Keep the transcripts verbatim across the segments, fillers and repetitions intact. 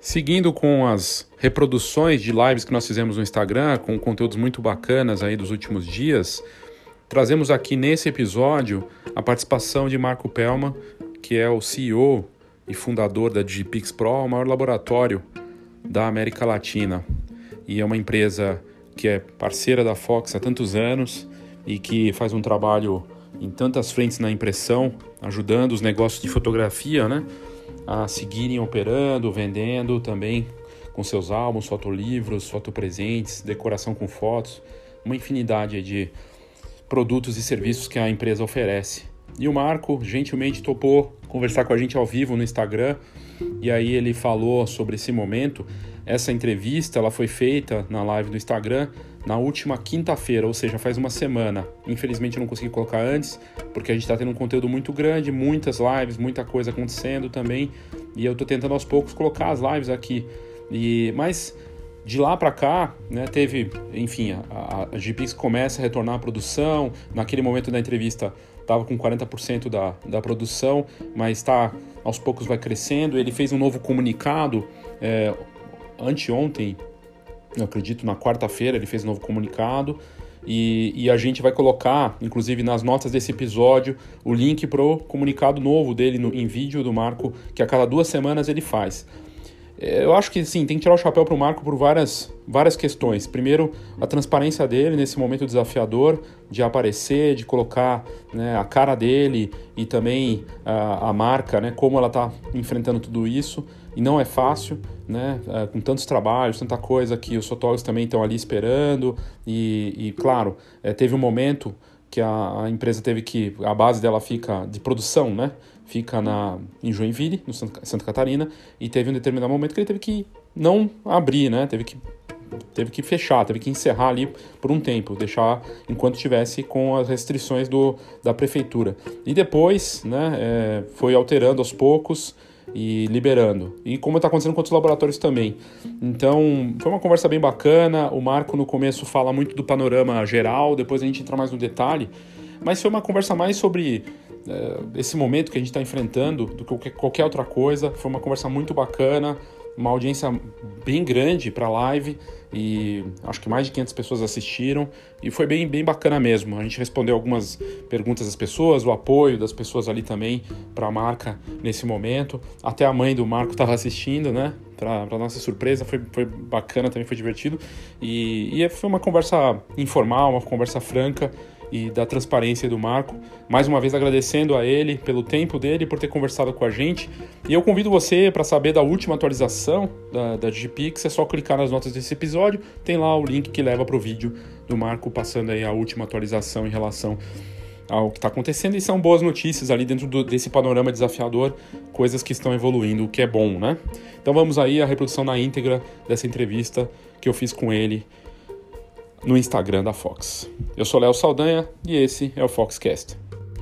Seguindo com as reproduções de lives que nós fizemos no Instagram, com conteúdos muito bacanas aí dos últimos dias, trazemos aqui nesse episódio a participação de Marco Pellman, que é o C E O e fundador da Digipix Pro, o maior laboratório da América Latina. E é uma empresa que é parceira da Fox há tantos anos e que faz um trabalho em tantas frentes na impressão, ajudando os negócios de fotografia, né, a seguirem operando, vendendo também com seus álbuns, fotolivros, fotopresentes, decoração com fotos, uma infinidade de produtos e serviços que a empresa oferece. E o Marco gentilmente topou conversar com a gente ao vivo no Instagram, e aí ele falou sobre esse momento. Essa entrevista ela foi feita na live do Instagram na última quinta-feira, ou seja, faz uma semana. Infelizmente eu não consegui colocar antes, porque a gente está tendo um conteúdo muito grande, muitas lives, muita coisa acontecendo também, e eu estou tentando aos poucos colocar as lives aqui. E, mas de lá para cá, né, teve, enfim, a, a Digipix começa a retornar à produção. Naquele momento da entrevista estava com quarenta por cento da, da produção, mas tá, aos poucos vai crescendo. Ele fez um novo comunicado é, anteontem, eu acredito na quarta-feira ele fez um novo comunicado, e, e a gente vai colocar, inclusive nas notas desse episódio, o link para o comunicado novo dele no, em vídeo do Marco, que a cada duas semanas ele faz. Eu acho que sim, tem que tirar o chapéu para o Marco por várias, várias questões. Primeiro, a transparência dele nesse momento desafiador de aparecer, de colocar, né, a cara dele e também a, a marca, né, como ela está enfrentando tudo isso. E não é fácil, né, com tantos trabalhos, tanta coisa que os fotógrafos também estão ali esperando. E, e claro, é, teve um momento que a, a empresa teve que, a base dela fica de produção, né? Fica na, em Joinville, no Santa, Santa Catarina, e teve um determinado momento que ele teve que não abrir, né? Teve que, teve que fechar, teve que encerrar ali por um tempo, deixar enquanto tivesse com as restrições do, da prefeitura. E depois, né, é, foi alterando aos poucos e liberando. E como está acontecendo com outros laboratórios também. Então, foi uma conversa bem bacana. O Marco, no começo, fala muito do panorama geral, depois a gente entra mais no detalhe. Mas foi uma conversa mais sobre uh, esse momento que a gente está enfrentando do que qualquer, qualquer outra coisa. Foi uma conversa muito bacana, uma audiência bem grande para a live, e acho que mais de quinhentas pessoas assistiram, e foi bem, bem bacana mesmo. A gente respondeu algumas perguntas das pessoas, o apoio das pessoas ali também para a marca nesse momento. Até a mãe do Marco estava assistindo, né? Para nossa surpresa, foi, foi bacana, também foi divertido. E, e foi uma conversa informal, uma conversa franca, e da transparência do Marco. Mais uma vez agradecendo a ele pelo tempo dele, por ter conversado com a gente. E eu convido você para saber da última atualização da, da Digipix. É só clicar nas notas desse episódio, tem lá o link que leva para o vídeo do Marco passando aí a última atualização em relação ao que está acontecendo. E são boas notícias ali dentro do, desse panorama desafiador, coisas que estão evoluindo, o que é bom, né? Então vamos aí à reprodução na íntegra dessa entrevista que eu fiz com ele no Instagram da Fox. Eu sou Léo Saldanha e esse é o Foxcast.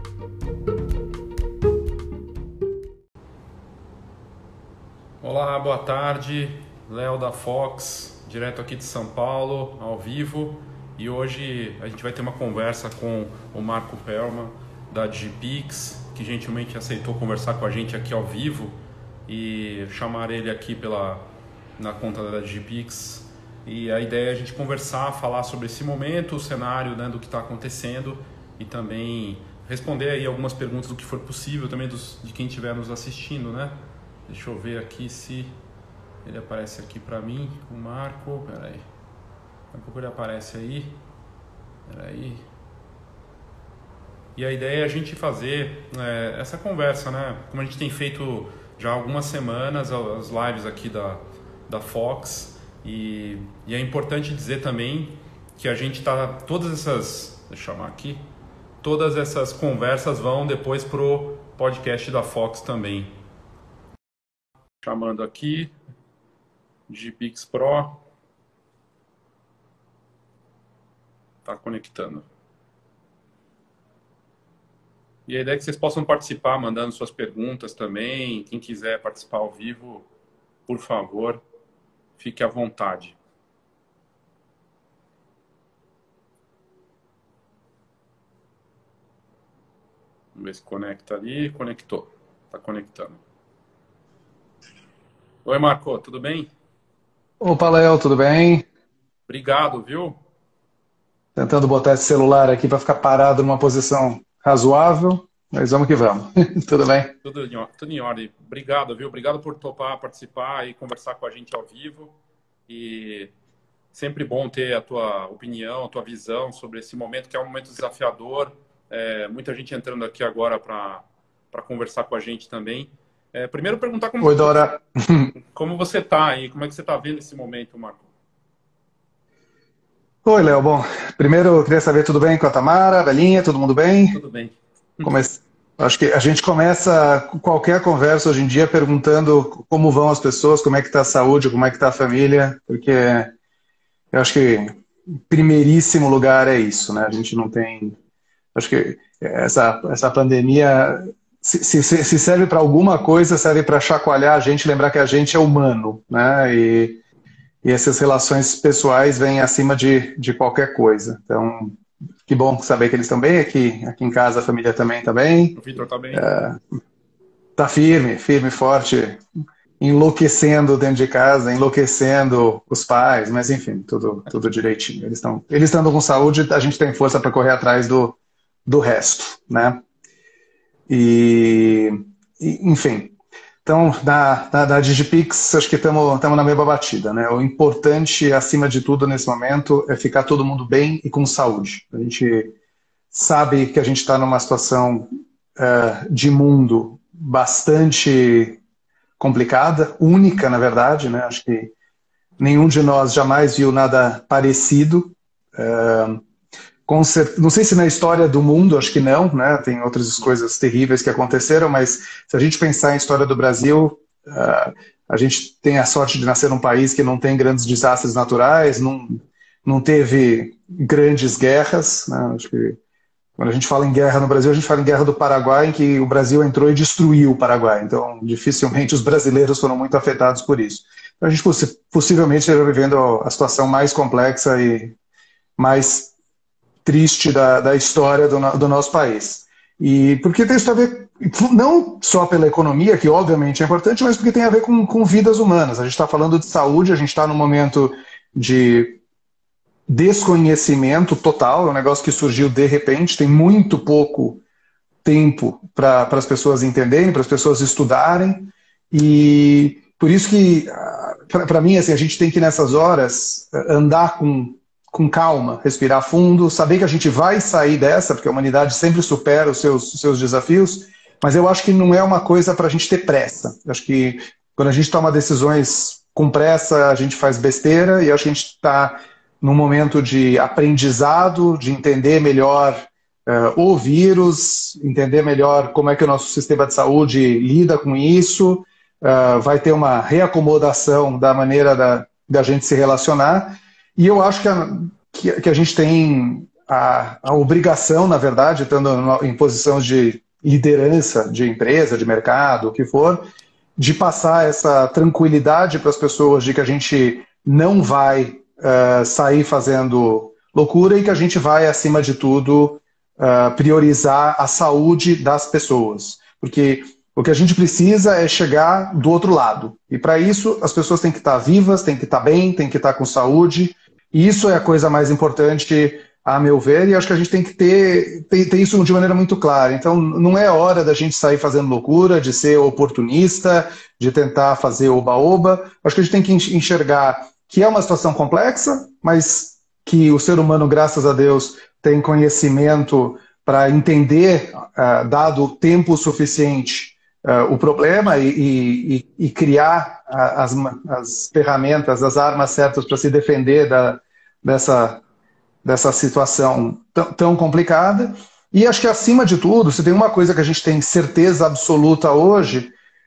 Olá, boa tarde. Léo da Fox, direto aqui de São Paulo, ao vivo. E hoje a gente vai ter uma conversa com o Marco Pellman da Digipix, que gentilmente aceitou conversar com a gente aqui ao vivo, e chamar ele aqui pela, na conta da Digipix. E a ideia é a gente conversar, falar sobre esse momento, o cenário, né, do que está acontecendo, e também responder aí algumas perguntas do que for possível, também dos, de quem estiver nos assistindo, né? Deixa eu ver aqui se ele aparece aqui para mim, o Marco. Pera aí. Daqui a pouco ele aparece aí. Pera aí. E a ideia é a gente fazer é, essa conversa, né? Como a gente tem feito já há algumas semanas, as lives aqui da, da Fox. E, e é importante dizer também que a gente está, todas essas, deixa eu chamar aqui, todas essas conversas vão depois pro podcast da Fox também. Chamando aqui, Digipix Pro, tá conectando. E a ideia é que vocês possam participar, mandando suas perguntas também. Quem quiser participar ao vivo, por favor, fique à vontade. Vamos ver se conecta ali. Conectou. Está conectando. Oi, Marco, tudo bem? Opa, Léo, tudo bem? Obrigado, viu? Tentando botar esse celular aqui para ficar parado numa posição razoável, mas vamos que vamos. Tudo bem? Tudo em, or- tudo em ordem. Obrigado, viu? Obrigado por topar participar e conversar com a gente ao vivo. E sempre bom ter a tua opinião, a tua visão sobre esse momento, que é um momento desafiador. É, muita gente entrando aqui agora para para conversar com a gente também. É, primeiro, perguntar como, Oi, Dora. como você está aí, como é que você está vendo esse momento, Marco? Oi, Léo. Bom, primeiro eu queria saber tudo bem com a Tamara, a velhinha, todo mundo bem? Tudo bem. Come- Acho que a gente começa qualquer conversa hoje em dia perguntando como vão as pessoas, como é que está a saúde, como é que está a família, porque eu acho que em primeiríssimo lugar é isso, né? A gente não tem. Acho que essa, essa pandemia, se, se, se serve para alguma coisa, serve para chacoalhar a gente, lembrar que a gente é humano, né? E, e essas relações pessoais vêm acima de, de qualquer coisa. Então, que bom saber que eles estão bem. Aqui, aqui em casa a família também está bem. O Vitor está bem? Está firme, firme, forte, enlouquecendo dentro de casa, enlouquecendo os pais, mas enfim, tudo, tudo direitinho. Eles estão eles estando com saúde, a gente tem força para correr atrás do, do resto, né? E, e, enfim, então, na, na, na Digipix, acho que estamos na mesma batida, né? O importante, acima de tudo, nesse momento, é ficar todo mundo bem e com saúde. A gente sabe que a gente está numa situação uh, de mundo bastante complicada, única, na verdade, né? Acho que nenhum de nós jamais viu nada parecido. Uh, Cert... Não sei se na história do mundo, acho que não, né? Tem outras coisas terríveis que aconteceram, mas se a gente pensar em história do Brasil, uh, a gente tem a sorte de nascer num país que não tem grandes desastres naturais, não, não teve grandes guerras, né? Acho que quando a gente fala em guerra no Brasil, a gente fala em guerra do Paraguai, em que o Brasil entrou e destruiu o Paraguai. Então, dificilmente os brasileiros foram muito afetados por isso. Então, a gente possi possivelmente esteja vivendo a situação mais complexa e mais triste da, da história do, do nosso país. E porque tem isso a ver, não só pela economia, que obviamente é importante, mas porque tem a ver com, com vidas humanas. A gente está falando de saúde, a gente está num momento de desconhecimento total, é um negócio que surgiu de repente, tem muito pouco tempo para as pessoas entenderem, para as pessoas estudarem, e por isso que, para mim, assim, a gente tem que, nessas horas, andar com com calma, respirar fundo, saber que a gente vai sair dessa, porque a humanidade sempre supera os seus, os seus desafios, mas eu acho que não é uma coisa para a gente ter pressa. Eu acho que quando a gente toma decisões com pressa, a gente faz besteira, e eu acho que a gente está num momento de aprendizado, de entender melhor uh, o vírus, entender melhor como é que o nosso sistema de saúde lida com isso, uh, vai ter uma reacomodação da maneira da, da gente se relacionar. E eu acho que a, que, que a gente tem a, a obrigação, na verdade, estando em posições de liderança de empresa, de mercado, o que for, de passar essa tranquilidade para as pessoas de que a gente não vai uh, sair fazendo loucura e que a gente vai, acima de tudo, uh, priorizar a saúde das pessoas. Porque o que a gente precisa é chegar do outro lado. E para isso, as pessoas têm que estar vivas, têm que estar bem, têm que estar com saúde. E isso é a coisa mais importante, a meu ver, e acho que a gente tem que ter, ter, ter isso de maneira muito clara. Então, não é hora da gente sair fazendo loucura, de ser oportunista, de tentar fazer oba-oba. Acho que a gente tem que enxergar que é uma situação complexa, mas que o ser humano, graças a Deus, tem conhecimento para entender, uh, dado tempo suficiente, uh, o problema e, e, e criar as, as ferramentas, as armas certas para se defender da, dessa, dessa situação tão, tão complicada. E acho que, acima de tudo, se tem uma coisa que a gente tem certeza absoluta hoje,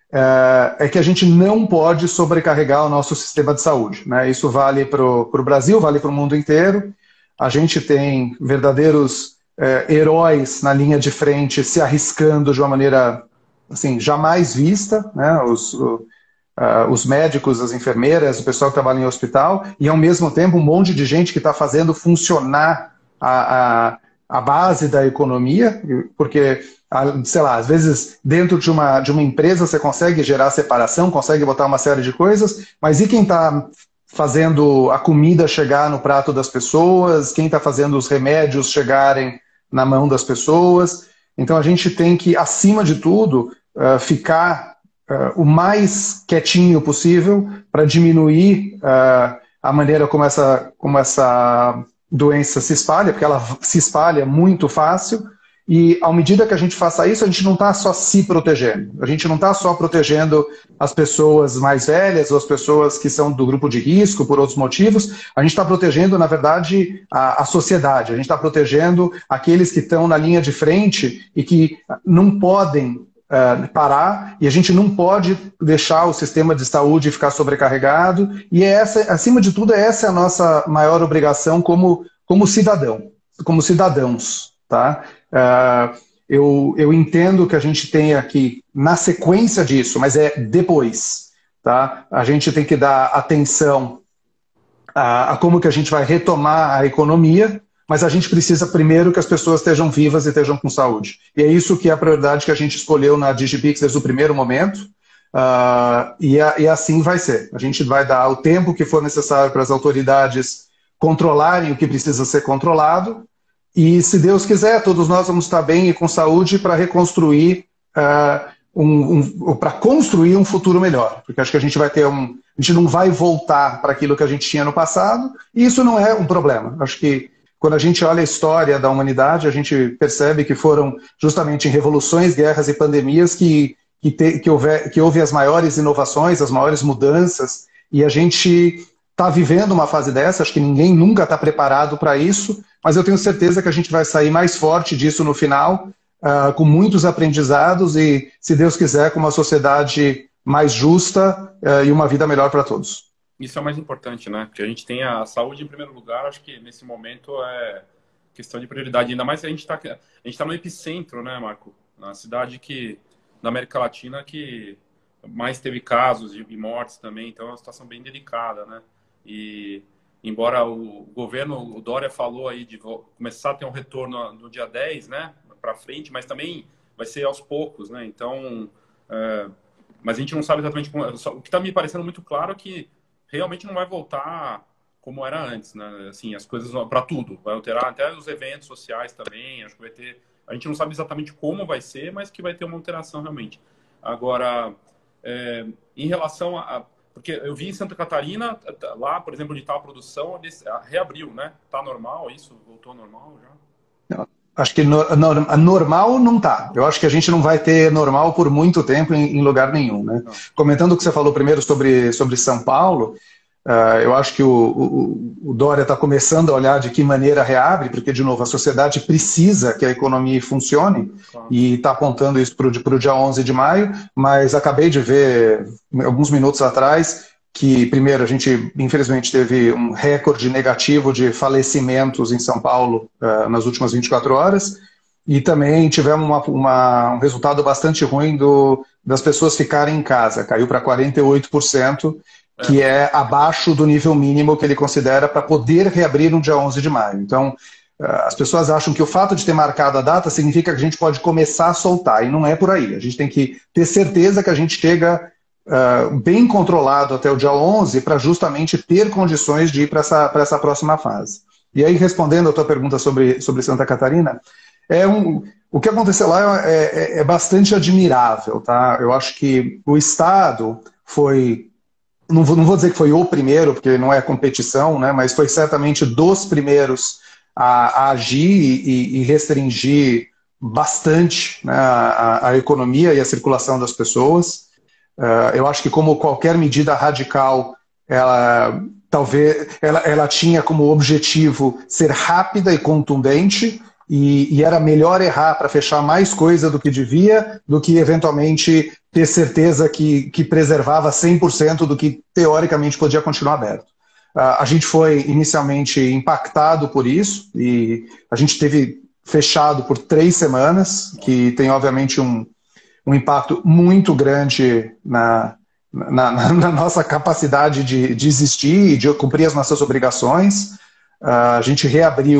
é, é que a gente não pode sobrecarregar o nosso sistema de saúde, né? Isso vale para o Brasil, vale para o mundo inteiro. A gente tem verdadeiros é, heróis na linha de frente se arriscando de uma maneira assim, jamais vista, né? Os, o, Uh, os médicos, as enfermeiras, o pessoal que trabalha em hospital, e ao mesmo tempo um monte de gente que está fazendo funcionar a, a, a base da economia, porque, sei lá, às vezes dentro de uma, de uma empresa você consegue gerar separação, consegue botar uma série de coisas, mas e quem está fazendo a comida chegar no prato das pessoas, quem está fazendo os remédios chegarem na mão das pessoas? Então a gente tem que, acima de tudo, uh, ficar uh, o mais quietinho possível para diminuir uh, a maneira como essa, como essa doença se espalha, porque ela se espalha muito fácil, e à medida que a gente faça isso, a gente não está só se protegendo, a gente não está só protegendo as pessoas mais velhas ou as pessoas que são do grupo de risco por outros motivos, a gente está protegendo, na verdade, a, a sociedade, a gente está protegendo aqueles que estão na linha de frente e que não podem uh, parar, e a gente não pode deixar o sistema de saúde ficar sobrecarregado, e é essa, acima de tudo, essa é a nossa maior obrigação como, como cidadão, como cidadãos, tá? Uh, eu, eu entendo que a gente tem aqui, na sequência disso, mas é depois, tá? A gente tem que dar atenção a, a como que a gente vai retomar a economia, mas a gente precisa primeiro que as pessoas estejam vivas e estejam com saúde. E é isso que é a prioridade que a gente escolheu na Digipix desde o primeiro momento, uh, e, a, e assim vai ser. A gente vai dar o tempo que for necessário para as autoridades controlarem o que precisa ser controlado, e, se Deus quiser, todos nós vamos estar bem e com saúde para reconstruir, uh, um, um, para construir um futuro melhor. Porque acho que a gente vai ter um... A gente não vai voltar para aquilo que a gente tinha no passado, e isso não é um problema. Acho que quando a gente olha a história da humanidade, a gente percebe que foram justamente em revoluções, guerras e pandemias que, que, te, que, houve, que houve as maiores inovações, as maiores mudanças, e a gente está vivendo uma fase dessa, acho que ninguém nunca está preparado para isso, mas eu tenho certeza que a gente vai sair mais forte disso no final, uh, com muitos aprendizados e, se Deus quiser, com uma sociedade mais justa uh, e uma vida melhor para todos. Isso é o mais importante, né? Que a gente tenha a saúde em primeiro lugar, acho que nesse momento é questão de prioridade, ainda mais que a gente está a gente tá no epicentro, né, Marco? Na cidade que, da América Latina que mais teve casos e mortes também, então é uma situação bem delicada, né? E embora o governo, o Dória falou aí de começar a ter um retorno no dia dez, né, para frente, mas também vai ser aos poucos, né? Então, é, mas a gente não sabe exatamente como, o que está me parecendo muito claro é que realmente não vai voltar como era antes, né? Assim, as coisas para tudo, vai alterar até os eventos sociais também, acho que vai ter, a gente não sabe exatamente como vai ser, mas que vai ter uma alteração realmente. Agora, é, em relação a porque eu vi em Santa Catarina, lá, por exemplo, onde está a produção, eles reabriu, né? Está normal isso? Voltou normal já? Não, acho que no, no, normal não está. Eu acho que a gente não vai ter normal por muito tempo em, em lugar nenhum, né? Comentando o que você falou primeiro sobre, sobre São Paulo, uh, eu acho que o, o, o Dória está começando a olhar de que maneira reabre, porque, de novo, a sociedade precisa que a economia funcione, claro. E está apontando isso para o dia onze de maio, mas acabei de ver, alguns minutos atrás, que, primeiro, a gente, infelizmente, teve um recorde negativo de falecimentos em São Paulo uh, nas últimas vinte e quatro horas, e também tivemos uma, uma, um resultado bastante ruim do, das pessoas ficarem em casa, caiu para quarenta e oito por cento, que é abaixo do nível mínimo que ele considera para poder reabrir no dia onze de maio. Então, as pessoas acham que o fato de ter marcado a data significa que a gente pode começar a soltar, e não é por aí. A gente tem que ter certeza que a gente chega uh, bem controlado até o dia onze para justamente ter condições de ir para essa, para essa próxima fase. E aí, respondendo a tua pergunta sobre, sobre Santa Catarina, é um, o que aconteceu lá é, é, é bastante admirável, tá? Eu acho que o Estado foi... Não vou, não vou dizer que foi o primeiro, porque não é competição, né, mas foi certamente dos primeiros a, a agir e, e restringir bastante, né, a, a economia e a circulação das pessoas. Uh, eu acho que, como qualquer medida radical, ela, talvez, ela, ela tinha como objetivo ser rápida e contundente, e, e era melhor errar para fechar mais coisa do que devia, do que eventualmente ter certeza que, que preservava cem por cento do que teoricamente podia continuar aberto. Uh, a gente foi inicialmente impactado por isso, e a gente teve fechado por três semanas, que tem obviamente um, um impacto muito grande na, na, na nossa capacidade de, de existir e de cumprir as nossas obrigações. Uh, a gente reabriu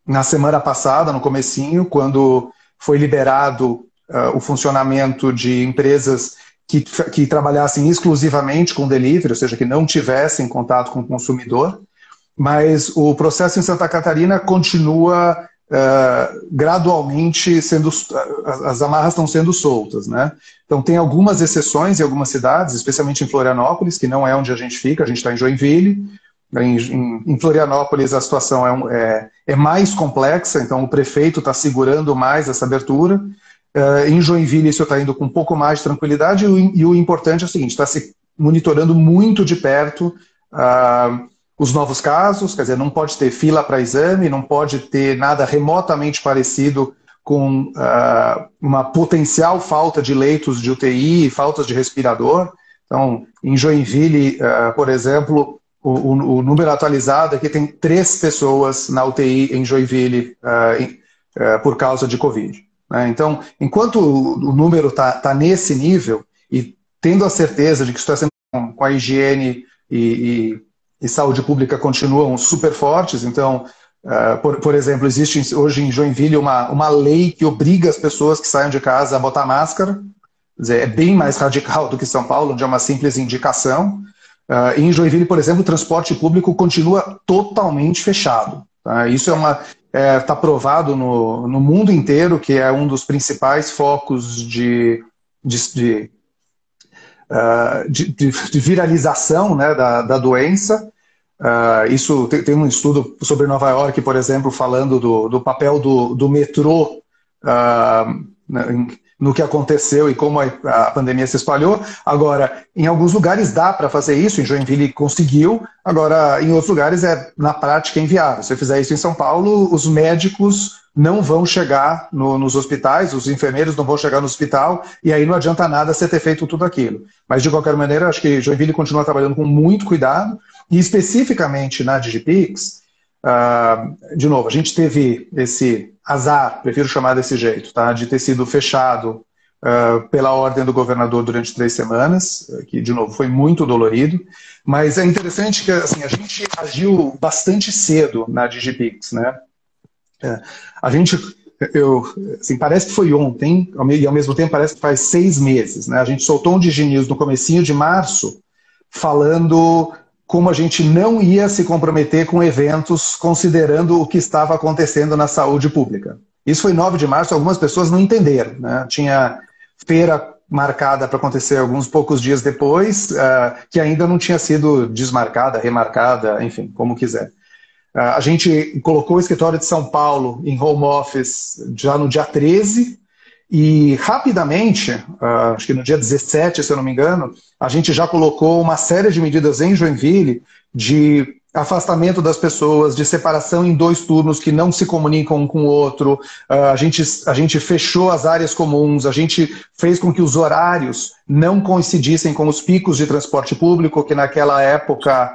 na semana passada, no comecinho, quando foi liberado uh, o funcionamento de empresas que, que trabalhassem exclusivamente com delivery, ou seja, que não tivessem contato com o consumidor, mas o processo em Santa Catarina continua uh, gradualmente sendo, as amarras estão sendo soltas, né? Então tem algumas exceções em algumas cidades, especialmente em Florianópolis, que não é onde a gente fica, a gente está em Joinville. Em, em, em Florianópolis a situação é, um, é, é mais complexa, então o prefeito está segurando mais essa abertura. Uh, em Joinville isso está indo com um pouco mais de tranquilidade, e o, e o importante é o seguinte, está se monitorando muito de perto uh, os novos casos, quer dizer, não pode ter fila para exame, não pode ter nada remotamente parecido com uh, uma potencial falta de leitos de U T I, faltas de respirador. Então, em Joinville, uh, por exemplo, O, o, o número atualizado aqui tem três pessoas na U T I em Joinville uh, em, uh, por causa de Covid. Né? Então, enquanto o, o número está tá nesse nível, e tendo a certeza de que isso está sendo com, com a higiene e, e, e saúde pública continuam super fortes, então, uh, por, por exemplo, existe hoje em Joinville uma, uma lei que obriga as pessoas que saiam de casa a botar máscara. Quer dizer, é bem mais radical do que São Paulo, onde é uma simples indicação. Uh, em Joinville, por exemplo, o transporte público continua totalmente fechado. Tá? Isso é uma está é, provado no, no mundo inteiro que é um dos principais focos de, de, de, uh, de, de, de viralização, né, da, da doença. Uh, isso tem, tem um estudo sobre Nova York, por exemplo, falando do, do papel do, do metrô uh, em, no que aconteceu e como a pandemia se espalhou. Agora, em alguns lugares dá para fazer isso, em Joinville conseguiu, agora em outros lugares é na prática inviável. Se eu fizer isso em São Paulo, os médicos não vão chegar no, nos hospitais, os enfermeiros não vão chegar no hospital, e aí não adianta nada você ter feito tudo aquilo. Mas, de qualquer maneira, acho que Joinville continua trabalhando com muito cuidado, e especificamente na Digipix, uh, de novo, a gente teve esse azar, prefiro chamar desse jeito, tá? De ter sido fechado uh, pela ordem do governador durante três semanas, que, de novo, foi muito dolorido, mas é interessante que assim, a gente agiu bastante cedo na Digipix, né? É, a gente, eu, assim, parece que foi ontem, e ao mesmo tempo parece que faz seis meses, né? A gente soltou um DigiNews no comecinho de março, falando como a gente não ia se comprometer com eventos considerando o que estava acontecendo na saúde pública. Isso foi nove de março, algumas pessoas não entenderam, né? Tinha feira marcada para acontecer alguns poucos dias depois, uh, que ainda não tinha sido desmarcada, remarcada, enfim, como quiser. Uh, a gente colocou o escritório de São Paulo em home office já no dia treze, e rapidamente, uh, acho que no dia dezessete, se eu não me engano, a gente já colocou uma série de medidas em Joinville de afastamento das pessoas, de separação em dois turnos que não se comunicam um com o outro, uh, a, gente, a gente fechou as áreas comuns, a gente fez com que os horários não coincidissem com os picos de transporte público, que naquela época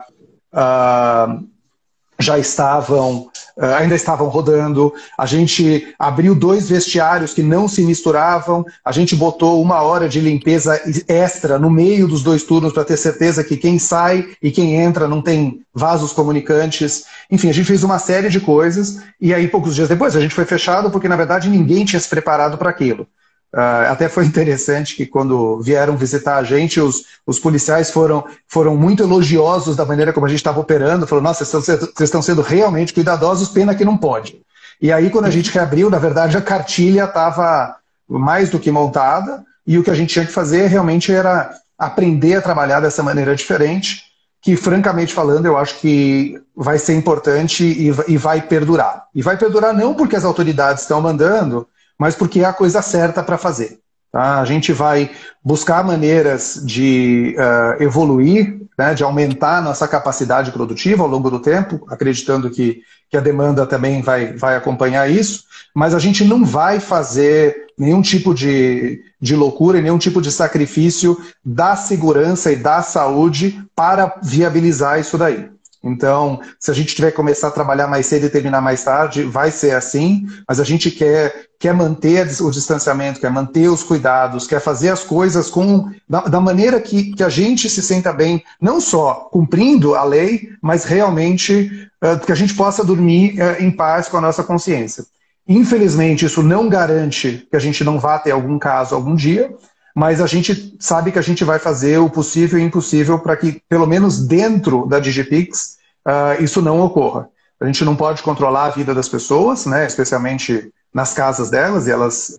uh, já estavam, uh, ainda estavam rodando. A gente abriu dois vestiários que não se misturavam, a gente botou uma hora de limpeza extra no meio dos dois turnos para ter certeza que quem sai e quem entra não tem vasos comunicantes. Enfim, a gente fez uma série de coisas e aí poucos dias depois a gente foi fechado porque na verdade ninguém tinha se preparado para aquilo. Uh, até foi interessante que quando vieram visitar a gente, os, os policiais foram, foram muito elogiosos da maneira como a gente estava operando, falaram, nossa, vocês estão, vocês estão sendo realmente cuidadosos, pena que não pode. E aí quando a gente reabriu, na verdade a cartilha estava mais do que montada e o que a gente tinha que fazer realmente era aprender a trabalhar dessa maneira diferente, que francamente falando eu acho que vai ser importante e, e vai perdurar. E vai perdurar não porque as autoridades estão mandando, mas porque é a coisa certa para fazer. Tá? A gente vai buscar maneiras de uh, evoluir, né, de aumentar a nossa capacidade produtiva ao longo do tempo, acreditando que, que a demanda também vai, vai acompanhar isso, mas a gente não vai fazer nenhum tipo de, de loucura, nenhum tipo de sacrifício da segurança e da saúde para viabilizar isso daí. Então, se a gente tiver que começar a trabalhar mais cedo e terminar mais tarde, vai ser assim, mas a gente quer, quer manter o distanciamento, quer manter os cuidados, quer fazer as coisas com, da, da maneira que, que a gente se sinta bem, não só cumprindo a lei, mas realmente uh, que a gente possa dormir uh, em paz com a nossa consciência. Infelizmente, isso não garante que a gente não vá ter algum caso algum dia, mas a gente sabe que a gente vai fazer o possível e o impossível para que, pelo menos dentro da Digipix, uh, isso não ocorra. A gente não pode controlar a vida das pessoas, né, especialmente nas casas delas, e elas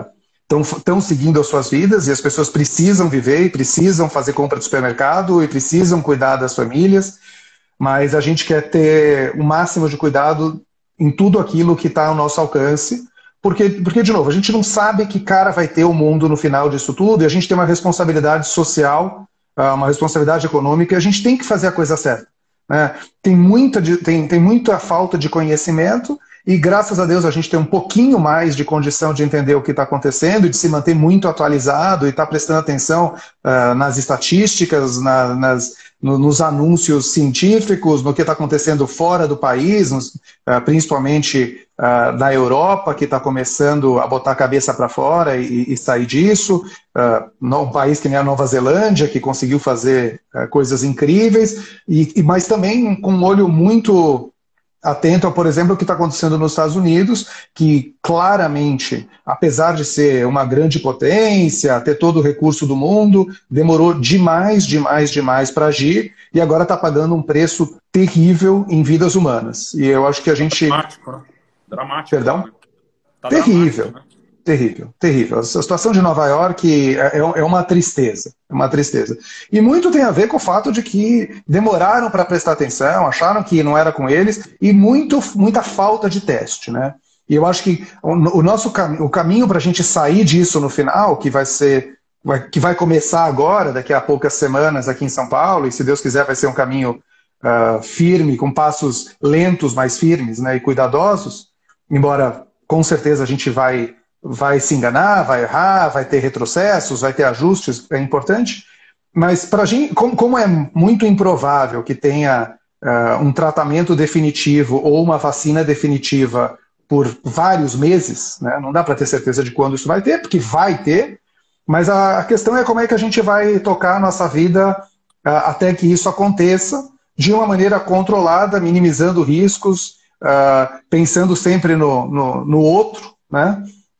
estão uh, seguindo as suas vidas, e as pessoas precisam viver, e precisam fazer compra de supermercado, e precisam cuidar das famílias, mas a gente quer ter o máximo de cuidado em tudo aquilo que está ao nosso alcance, Porque, porque, de novo, a gente não sabe que cara vai ter o mundo no final disso tudo, e a gente tem uma responsabilidade social, uma responsabilidade econômica, e a gente tem que fazer a coisa certa. Né? Tem, muita, tem, tem muita falta de conhecimento, e graças a Deus a gente tem um pouquinho mais de condição de entender o que está acontecendo, e de se manter muito atualizado, e estar tá prestando atenção uh, nas estatísticas, na, nas, no, nos anúncios científicos, no que está acontecendo fora do país, nos, uh, principalmente uh, na Europa, que está começando a botar a cabeça para fora e, e sair disso, uh, um país que nem a Nova Zelândia, que conseguiu fazer uh, coisas incríveis, e, e, mas também com um olho muito atento a, por exemplo, o que está acontecendo nos Estados Unidos, que claramente, apesar de ser uma grande potência, ter todo o recurso do mundo, demorou demais, demais, demais para agir, e agora está pagando um preço terrível em vidas humanas. E eu acho que a gente... Dramático, né? Dramático. Perdão? Né? Tá Terrível. dramático, né? Terrível, terrível. A situação de Nova York é, é uma tristeza, é uma tristeza. E muito tem a ver com o fato de que demoraram para prestar atenção, acharam que não era com eles, e muito, muita falta de teste, né? E eu acho que o, o nosso cam o caminho para a gente sair disso no final, que vai ser, vai, que vai começar agora, daqui a poucas semanas aqui em São Paulo, e se Deus quiser vai ser um caminho uh, firme, com passos lentos, mas firmes, né, e cuidadosos, embora com certeza a gente vai vai se enganar, vai errar, vai ter retrocessos, vai ter ajustes, é importante, mas para a gente, como, como é muito improvável que tenha uh, um tratamento definitivo ou uma vacina definitiva por vários meses, né? Não dá para ter certeza de quando isso vai ter, porque vai ter, mas a, a questão é como é que a gente vai tocar a nossa vida uh, até que isso aconteça de uma maneira controlada, minimizando riscos, uh, pensando sempre no, no, no outro, né?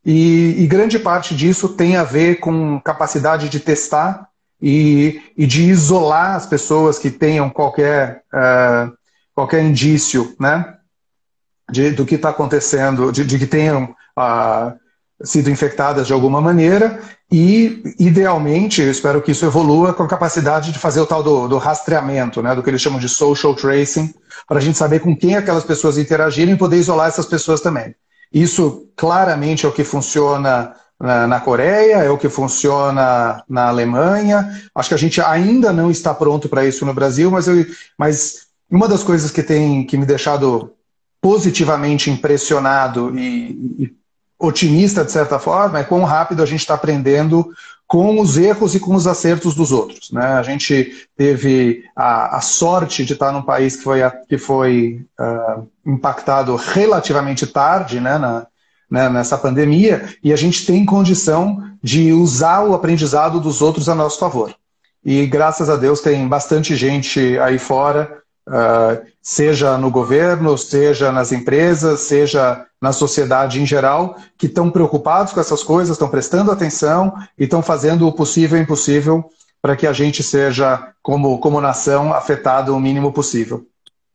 E, e grande parte disso tem a ver com capacidade de testar e, e de isolar as pessoas que tenham qualquer, uh, qualquer indício, né, de, do que está acontecendo, de, de que tenham uh, sido infectadas de alguma maneira e, idealmente, eu espero que isso evolua com a capacidade de fazer o tal do, do rastreamento, né, do que eles chamam de social tracing, para a gente saber com quem aquelas pessoas interagiram e poder isolar essas pessoas também. Isso claramente é o que funciona na, na Coreia, é o que funciona na Alemanha. Acho que a gente ainda não está pronto para isso no Brasil, mas, eu, mas uma das coisas que tem que me deixado positivamente impressionado e, e otimista, de certa forma, é quão rápido a gente está aprendendo com os erros e com os acertos dos outros, né? A gente teve a, a sorte de estar num país que foi, que foi uh, impactado relativamente tarde, né, na, né, nessa pandemia, e a gente tem condição de usar o aprendizado dos outros a nosso favor. E graças a Deus tem bastante gente aí fora, uh, seja no governo, seja nas empresas, seja na sociedade em geral, que estão preocupados com essas coisas, estão prestando atenção e estão fazendo o possível e impossível para que a gente seja, como, como nação, afetado o mínimo possível.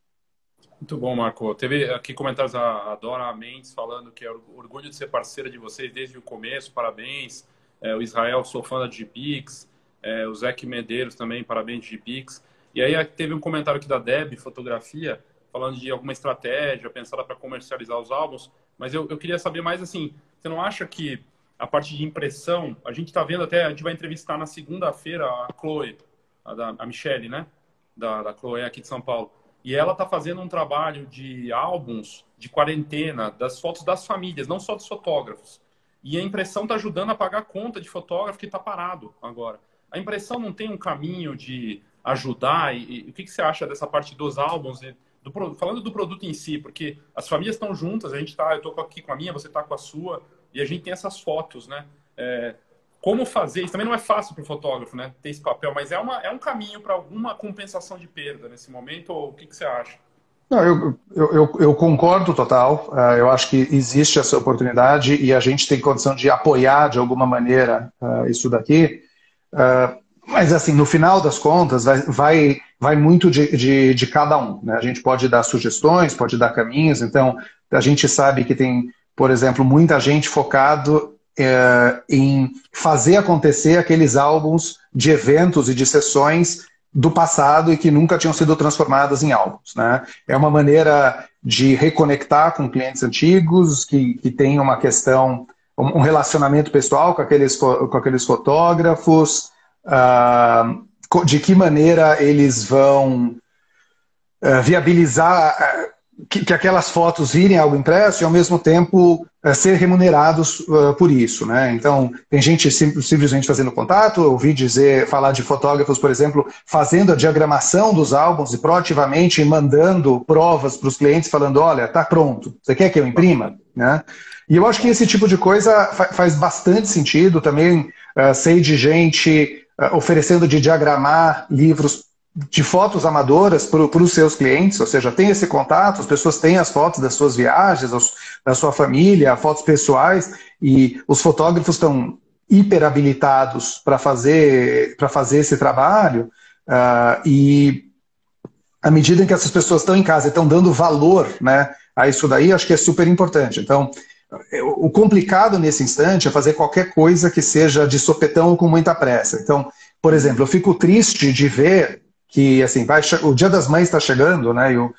Muito bom, Marco. Teve aqui comentários a Dora Mendes falando que é orgulho de ser parceira de vocês desde o começo, parabéns. É, o Israel, sou fã da Digipix. É, o Zeke Medeiros também, parabéns, Digipix. E aí teve um comentário aqui da Deb, fotografia, falando de alguma estratégia pensada para comercializar os álbuns, mas eu, eu queria saber mais assim, você não acha que a parte de impressão, a gente está vendo até, a gente vai entrevistar na segunda-feira a Chloe, a, da, a Michelle, né, da, da Chloe aqui de São Paulo, e ela está fazendo um trabalho de álbuns de quarentena, das fotos das famílias, não só dos fotógrafos, e a impressão está ajudando a pagar a conta de fotógrafo que está parado agora. A impressão não tem um caminho de ajudar? E, e o que, que você acha dessa parte dos álbuns? E do, falando do produto em si, porque as famílias estão juntas, a gente tá, eu estou aqui com a minha, você está com a sua, e a gente tem essas fotos, né? É, como fazer? Isso também não é fácil para o fotógrafo, né? Ter esse papel, mas é, uma, é um caminho para alguma compensação de perda nesse momento, ou o que, que você acha? Não, eu, eu, eu, eu concordo total. Uh, eu acho que existe essa oportunidade e a gente tem condição de apoiar de alguma maneira uh, isso daqui. Uh, mas, assim, no final das contas, vai, vai, vai muito de, de, de cada um, né? A gente pode dar sugestões, pode dar caminhos. Então, a gente sabe que tem, por exemplo, muita gente focado uh, em fazer acontecer aqueles álbuns de eventos e de sessões do passado e que nunca tinham sido transformadas em álbuns, né? É uma maneira de reconectar com clientes antigos, que, que tem uma questão, um relacionamento pessoal com aqueles, com aqueles fotógrafos, uh, de que maneira eles vão uh, viabilizar uh, que, que aquelas fotos virem algo impresso e, ao mesmo tempo, uh, ser remunerados uh, por isso, né? Então, tem gente sim, simplesmente fazendo contato. Eu ouvi dizer, falar de fotógrafos, por exemplo, fazendo a diagramação dos álbuns e proativamente mandando provas para os clientes, falando, olha, está pronto, você quer que eu imprima? Né? E eu acho que esse tipo de coisa fa faz bastante sentido. Também uh, sei de gente uh, oferecendo de diagramar livros de fotos amadoras para os seus clientes, ou seja, tem esse contato, as pessoas têm as fotos das suas viagens, da sua família, fotos pessoais, e os fotógrafos estão hiper habilitados para fazer, para fazer esse trabalho, uh, e à medida em que essas pessoas estão em casa e estão dando valor, né, a isso daí, acho que é super importante. Então, o complicado nesse instante é fazer qualquer coisa que seja de sopetão ou com muita pressa. Então, por exemplo, eu fico triste de ver que, assim, vai, o Dia das Mães está chegando, né, e o,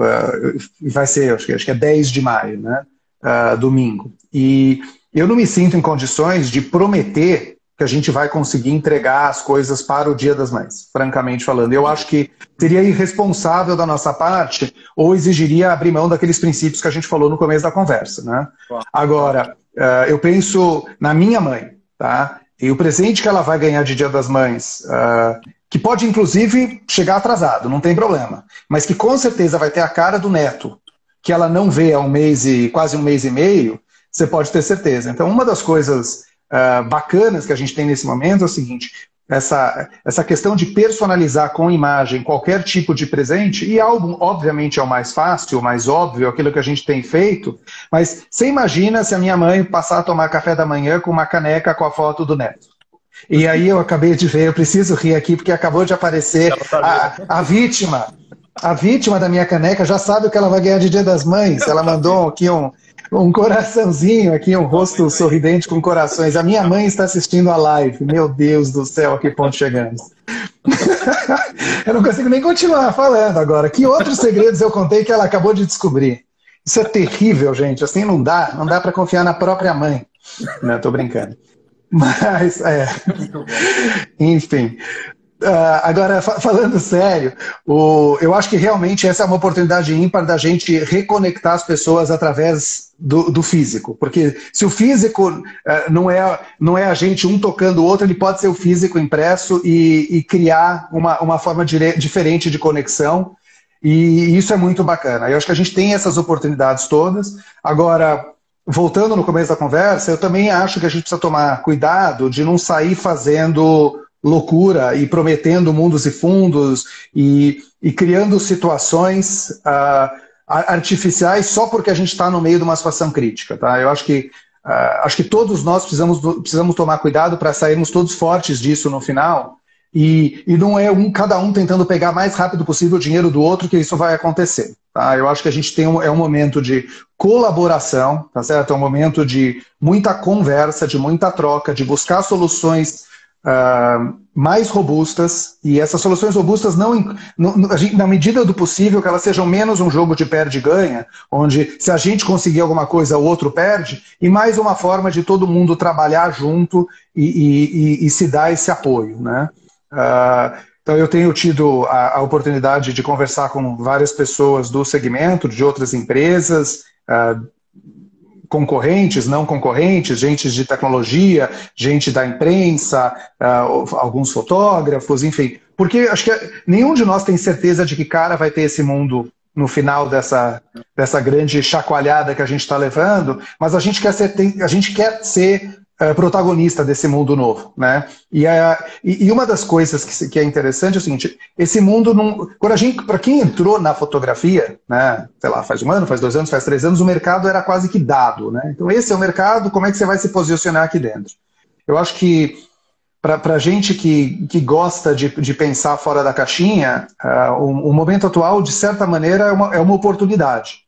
uh, vai ser, acho que, acho que é dez de maio, né, uh, domingo, e eu não me sinto em condições de prometer que a gente vai conseguir entregar as coisas para o Dia das Mães, francamente falando. Eu acho que seria irresponsável da nossa parte ou exigiria abrir mão daqueles princípios que a gente falou no começo da conversa, né? Agora, uh, eu penso na minha mãe, tá? E o presente que ela vai ganhar de Dia das Mães, uh, que pode, inclusive, chegar atrasado, não tem problema, mas que com certeza vai ter a cara do neto, que ela não vê há um mês e quase um mês e meio, você pode ter certeza. Então, uma das coisas uh, bacanas que a gente tem nesse momento é o seguinte, essa, essa questão de personalizar com imagem qualquer tipo de presente, e álbum, obviamente, é o mais fácil, o mais óbvio, aquilo que a gente tem feito, mas você imagina se a minha mãe passar a tomar café da manhã com uma caneca com a foto do neto. E aí eu acabei de ver, eu preciso rir aqui, porque acabou de aparecer a, a vítima. A vítima da minha caneca já sabe o que ela vai ganhar de Dia das Mães. Ela mandou aqui um, um coraçãozinho, aqui um rosto sorridente com corações. A minha mãe está assistindo a live. Meu Deus do céu, a que ponto chegamos. Eu não consigo nem continuar falando agora. Que outros segredos eu contei que ela acabou de descobrir? Isso é terrível, gente. Assim não dá. Não dá para confiar na própria mãe. Não, tô brincando. Mas, é, enfim, uh, agora fa falando sério, o, eu acho que realmente essa é uma oportunidade ímpar da gente reconectar as pessoas através do, do físico, porque se o físico uh, não, é, não é a gente um tocando o outro, ele pode ser o físico impresso e, e criar uma, uma forma dire diferente de conexão, e isso é muito bacana. Eu acho que a gente tem essas oportunidades todas. Agora, voltando no começo da conversa, eu também acho que a gente precisa tomar cuidado de não sair fazendo loucura e prometendo mundos e fundos e, e criando situações uh, artificiais só porque a gente está no meio de uma situação crítica. Tá? Eu acho que, uh, acho que todos nós precisamos, precisamos tomar cuidado para sairmos todos fortes disso no final. E, e não é um, cada um tentando pegar mais rápido possível o dinheiro do outro que isso vai acontecer. Tá? Eu acho que a gente tem um, é um momento de colaboração, tá certo? É um momento de muita conversa, de muita troca, de buscar soluções uh, mais robustas, e essas soluções robustas, não, não, na medida do possível, que elas sejam menos um jogo de perde e ganha, onde se a gente conseguir alguma coisa, o outro perde, e mais uma forma de todo mundo trabalhar junto e, e, e, e se dar esse apoio, né? Uh, então eu tenho tido a, a oportunidade de conversar com várias pessoas do segmento, de outras empresas, uh, concorrentes, não concorrentes, gente de tecnologia, gente da imprensa, uh, alguns fotógrafos, enfim. Porque acho que nenhum de nós tem certeza de que cara vai ter esse mundo no final dessa, dessa grande chacoalhada que a gente está levando, mas a gente quer ser, a gente quer ser uh, protagonista desse mundo novo, né? E, uh, e, e uma das coisas que, que é interessante é o seguinte, esse mundo, não, quando a gente, para quem entrou na fotografia, né, sei lá, faz um ano, faz dois anos, faz três anos, o mercado era quase que dado, né? Então esse é o mercado, como é que você vai se posicionar aqui dentro? Eu acho que para a gente que, que gosta de, de pensar fora da caixinha, uh, o, o momento atual, de certa maneira, é uma, é uma oportunidade.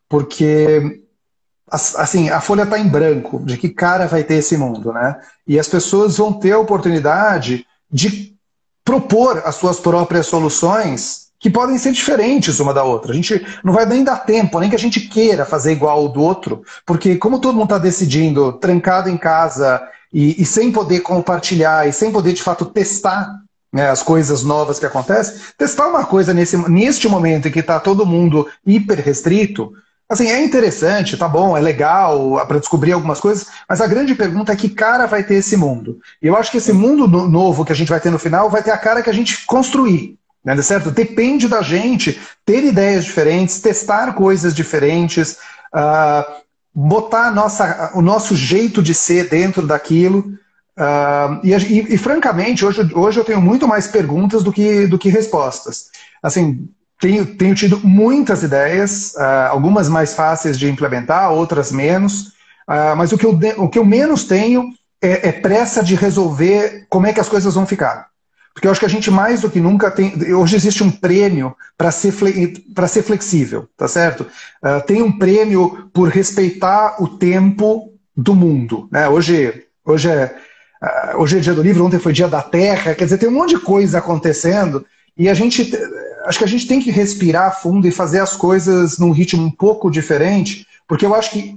Porque, assim, a folha está em branco de que cara vai ter esse mundo, né? E as pessoas vão ter a oportunidade de propor as suas próprias soluções que podem ser diferentes uma da outra. A gente não vai nem dar tempo, nem que a gente queira fazer igual ao do outro, porque como todo mundo está decidindo, trancado em casa e, e sem poder compartilhar e sem poder de fato testar, né, as coisas novas que acontecem, testar uma coisa nesse, neste momento em que está todo mundo hiper restrito, assim, é interessante, tá bom, é legal para descobrir algumas coisas, mas a grande pergunta é que cara vai ter esse mundo. E eu acho que esse mundo no, novo que a gente vai ter no final vai ter a cara que a gente construir. Né, certo? Depende da gente ter ideias diferentes, testar coisas diferentes, uh, botar a nossa, o nosso jeito de ser dentro daquilo. Uh, e, e, e, francamente, hoje, hoje eu tenho muito mais perguntas do que, do que respostas. Assim, tenho, tenho tido muitas ideias, uh, algumas mais fáceis de implementar, outras menos, uh, mas o que, eu, o que eu menos tenho é, é pressa de resolver como é que as coisas vão ficar. Porque eu acho que a gente mais do que nunca tem... Hoje existe um prêmio para ser, para ser flexível, tá certo? Uh, tem um prêmio por respeitar o tempo do mundo. Né? Hoje, hoje, é, uh, hoje é dia do livro, ontem foi dia da Terra, quer dizer, tem um monte de coisa acontecendo e a gente... Acho que a gente tem que respirar fundo e fazer as coisas num ritmo um pouco diferente, porque eu acho que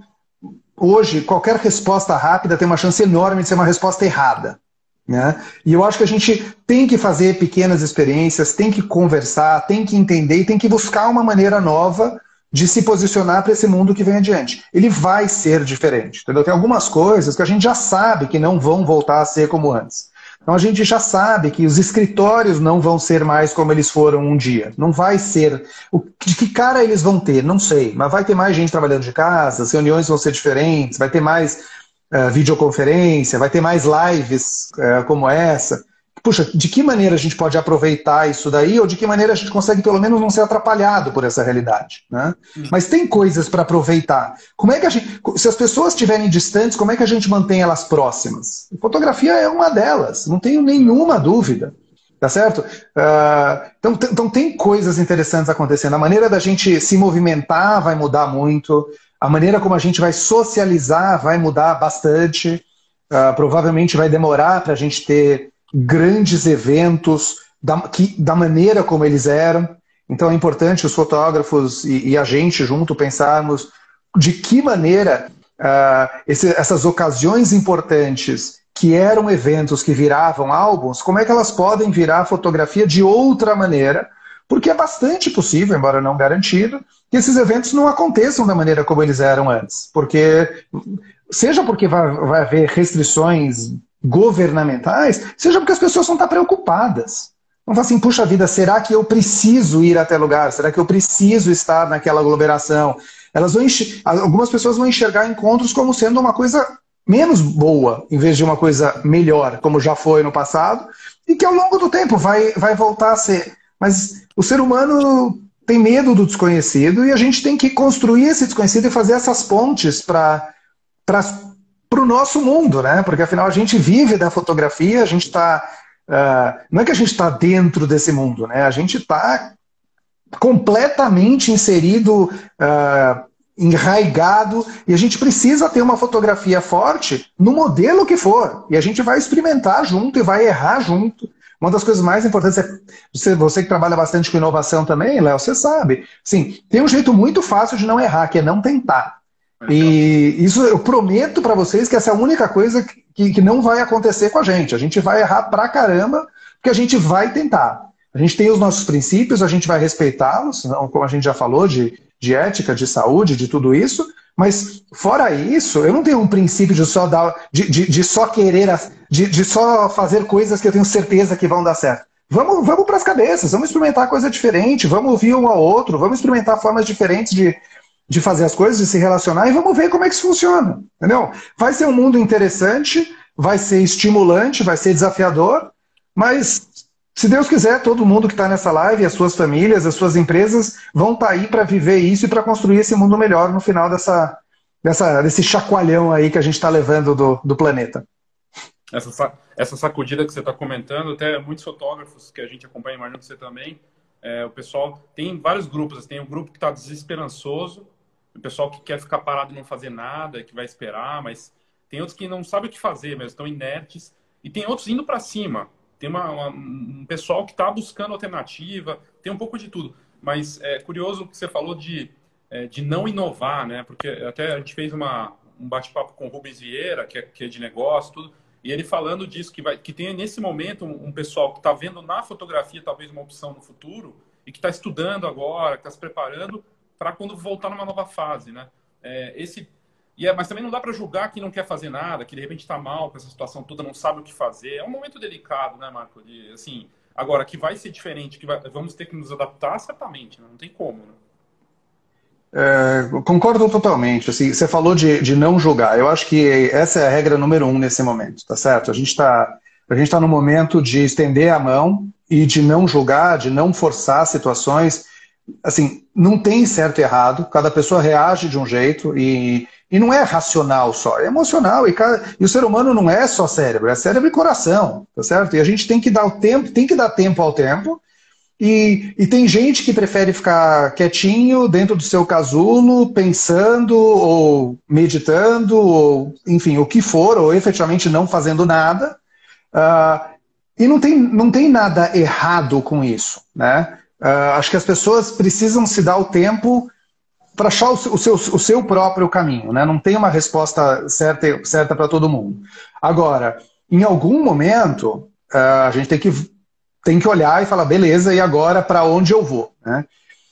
hoje qualquer resposta rápida tem uma chance enorme de ser uma resposta errada. Né? E eu acho que a gente tem que fazer pequenas experiências, tem que conversar, tem que entender e tem que buscar uma maneira nova de se posicionar para esse mundo que vem adiante. Ele vai ser diferente, entendeu? Tem algumas coisas que a gente já sabe que não vão voltar a ser como antes. Então a gente já sabe que os escritórios não vão ser mais como eles foram um dia. Não vai ser... De que cara eles vão ter? Não sei. Mas vai ter mais gente trabalhando de casa, as reuniões vão ser diferentes, vai ter mais... Uh, videoconferência, vai ter mais lives uh, como essa. Puxa, de que maneira a gente pode aproveitar isso daí, ou de que maneira a gente consegue pelo menos não ser atrapalhado por essa realidade, né? Uhum. Mas tem coisas para aproveitar. Como é que a gente, se as pessoas estiverem distantes, como é que a gente mantém elas próximas? Fotografia é uma delas, não tenho nenhuma dúvida. Tá certo? Uh, então, então tem coisas interessantes acontecendo. A maneira da gente se movimentar vai mudar muito. A maneira como a gente vai socializar vai mudar bastante. Uh, provavelmente vai demorar para a gente ter grandes eventos da, que, da maneira como eles eram. Então é importante os fotógrafos e, e a gente junto pensarmos de que maneira uh, esse, essas ocasiões importantes que eram eventos que viravam álbuns, como é que elas podem virar fotografia de outra maneira, porque é bastante possível, embora não garantido, que esses eventos não aconteçam da maneira como eles eram antes. Porque, seja porque vai, vai haver restrições governamentais, seja porque as pessoas vão estar preocupadas. Vão falar assim, puxa vida, será que eu preciso ir até lugar? Será que eu preciso estar naquela aglomeração? Elas vão enxer... Algumas pessoas vão enxergar encontros como sendo uma coisa menos boa, em vez de uma coisa melhor, como já foi no passado, e que ao longo do tempo vai, vai voltar a ser. Mas o ser humano tem medo do desconhecido e a gente tem que construir esse desconhecido e fazer essas pontes para o nosso mundo, né? Porque afinal a gente vive da fotografia, a gente está... Uh, não é que a gente está dentro desse mundo, né? A gente está completamente inserido, uh, enraigado, e a gente precisa ter uma fotografia forte no modelo que for. E a gente vai experimentar junto e vai errar junto. Uma das coisas mais importantes é, você, você que trabalha bastante com inovação também, Léo, você sabe, sim, tem um jeito muito fácil de não errar, que é não tentar. E isso eu prometo para vocês que essa é a única coisa que, que não vai acontecer com a gente. A gente vai errar pra caramba, porque a gente vai tentar. A gente tem os nossos princípios, a gente vai respeitá-los, como a gente já falou, de, de ética, de saúde, de tudo isso, Mas, fora isso, eu não tenho um princípio de só, dar, de, de, de só querer, de, de só fazer coisas que eu tenho certeza que vão dar certo. Vamos, vamos para as cabeças, vamos experimentar coisa diferente, vamos ouvir um ao outro, vamos experimentar formas diferentes de, de fazer as coisas, de se relacionar, e vamos ver como é que isso funciona. Entendeu? Vai ser um mundo interessante, vai ser estimulante, vai ser desafiador, mas, se Deus quiser, todo mundo que está nessa live, as suas famílias, as suas empresas, vão estar aí para viver isso e para construir esse mundo melhor no final dessa, dessa, desse chacoalhão aí que a gente está levando do, do planeta. Essa, essa sacudida que você está comentando, até muitos fotógrafos que a gente acompanha, imagino que você também, é, o pessoal tem vários grupos, tem um grupo que está desesperançoso, o pessoal que quer ficar parado e não fazer nada, que vai esperar, mas tem outros que não sabem o que fazer, mas estão inertes, e tem outros indo para cima. Tem uma, uma, um pessoal que está buscando alternativa, tem um pouco de tudo. Mas é curioso que você falou de, é, de não inovar, né? Porque até a gente fez uma, um bate-papo com o Rubens Vieira, que é, que é de negócio, tudo, e ele falando disso, que, vai, que tem nesse momento um, um pessoal que está vendo na fotografia talvez uma opção no futuro, e que está estudando agora, que está se preparando para quando voltar numa nova fase, né? É, esse... E é, mas também não dá para julgar quem não quer fazer nada, que de repente está mal com essa situação toda, não sabe o que fazer. É um momento delicado, né, Marco? De, assim, agora, que vai ser diferente, que vai, vamos ter que nos adaptar, certamente, né? Não tem como, né? É, concordo totalmente. Assim, você falou de, de não julgar. Eu acho que essa é a regra número um nesse momento, tá certo? A gente está a gente tá no momento de estender a mão e de não julgar, de não forçar situações. Assim, não tem certo e errado, cada pessoa reage de um jeito e, e não é racional só, é emocional. E, cada, e o ser humano não é só cérebro, é cérebro e coração, tá certo? E a gente tem que dar o tempo, tem que dar tempo ao tempo. E, e tem gente que prefere ficar quietinho dentro do seu casulo, pensando ou meditando, ou enfim, o que for, ou efetivamente não fazendo nada. Uh, e não tem, não tem nada errado com isso, né? Uh, acho que as pessoas precisam se dar o tempo para achar o seu, o seu próprio caminho, né? Não tem uma resposta certa, certa para todo mundo. Agora, em algum momento, uh, a gente tem que, tem que olhar e falar, beleza, e agora para onde eu vou, né?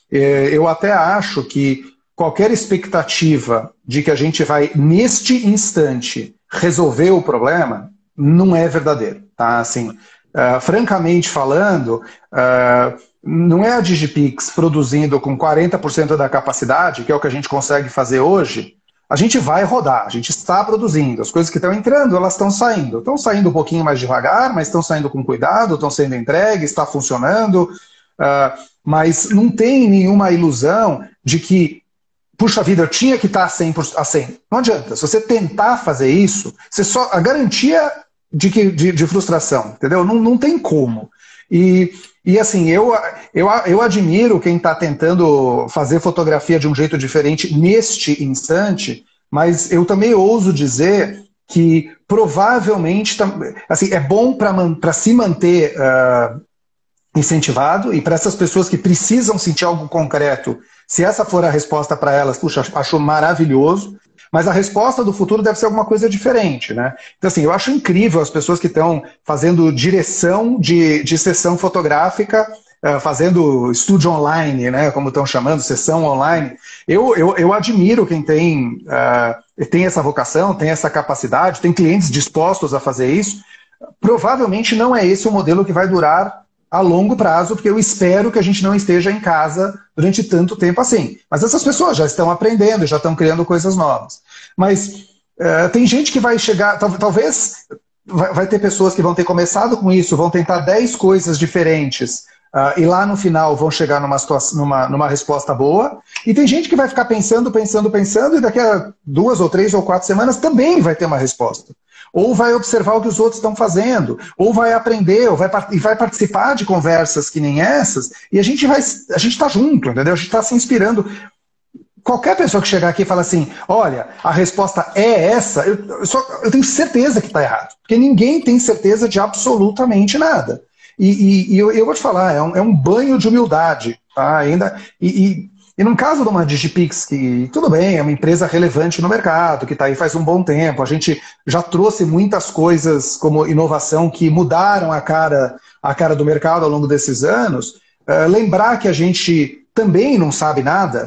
Eu até acho que qualquer expectativa de que a gente vai, neste instante, resolver o problema, não é verdadeiro, tá? Assim, uh, francamente falando, uh, não é a Digipix produzindo com quarenta por cento da capacidade, que é o que a gente consegue fazer hoje, a gente vai rodar, a gente está produzindo. As coisas que estão entrando, elas estão saindo. Estão saindo um pouquinho mais devagar, mas estão saindo com cuidado, estão sendo entregues, está funcionando. Uh, mas não tem nenhuma ilusão de que, puxa vida, eu tinha que estar a cem por cento. A cem. Não adianta. Se você tentar fazer isso, você só, a garantia de, que, de, de frustração, entendeu? Não, não tem como. E... E assim, eu, eu, eu admiro quem está tentando fazer fotografia de um jeito diferente neste instante, mas eu também ouso dizer que provavelmente assim, é bom para se manter uh, incentivado e para essas pessoas que precisam sentir algo concreto, se essa for a resposta para elas, puxa, acho maravilhoso. Mas a resposta do futuro deve ser alguma coisa diferente, né? Então, assim, eu acho incrível as pessoas que estão fazendo direção de, de sessão fotográfica, uh, fazendo estúdio online, né? Como estão chamando, sessão online. Eu, eu, eu admiro quem tem, uh, tem essa vocação, tem essa capacidade, tem clientes dispostos a fazer isso. Provavelmente não é esse o modelo que vai durar a longo prazo, porque eu espero que a gente não esteja em casa durante tanto tempo assim. Mas essas pessoas já estão aprendendo, já estão criando coisas novas. Mas uh, tem gente que vai chegar, tal, talvez vai, vai ter pessoas que vão ter começado com isso, vão tentar dez coisas diferentes, uh, e lá no final vão chegar numa, situação, numa, numa resposta boa. E tem gente que vai ficar pensando, pensando, pensando, e daqui a duas ou três ou quatro semanas também vai ter uma resposta. Ou vai observar o que os outros estão fazendo, ou vai aprender, ou vai, e vai participar de conversas que nem essas, e a gente vai, a gente está junto, entendeu? A gente está se inspirando. Qualquer pessoa que chegar aqui e falar assim, olha, a resposta é essa, eu, eu, só, eu tenho certeza que está errado, porque ninguém tem certeza de absolutamente nada. E, e, e eu, eu vou te falar, é um, é um banho de humildade, tá? Ainda, e, e E no caso de uma Digipix, que tudo bem, é uma empresa relevante no mercado, que está aí faz um bom tempo, a gente já trouxe muitas coisas como inovação que mudaram a cara, a cara do mercado ao longo desses anos, uh, lembrar que a gente também não sabe nada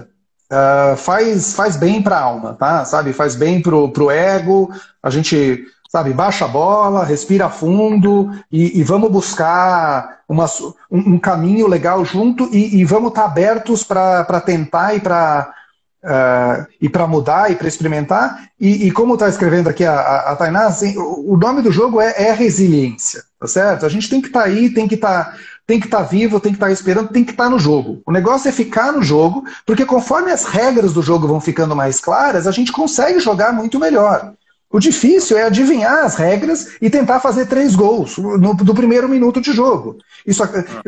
uh, faz, faz bem para a alma, tá? Sabe? Faz bem pro, pro ego, a gente, sabe, baixa a bola, respira fundo e, e vamos buscar uma, um, um caminho legal junto e, e vamos estar abertos para tentar e para uh, e para mudar e para experimentar. E, e como está escrevendo aqui a, a, a Tainá, assim, o, o nome do jogo é, é resiliência, tá certo? A gente tem que estar tá aí, tem que estar... Tá, tem que estar vivo, tem que estar esperando, tem que estar no jogo. O negócio é ficar no jogo, porque conforme as regras do jogo vão ficando mais claras, a gente consegue jogar muito melhor. O difícil é adivinhar as regras e tentar fazer três gols no, no primeiro minuto de jogo. Isso,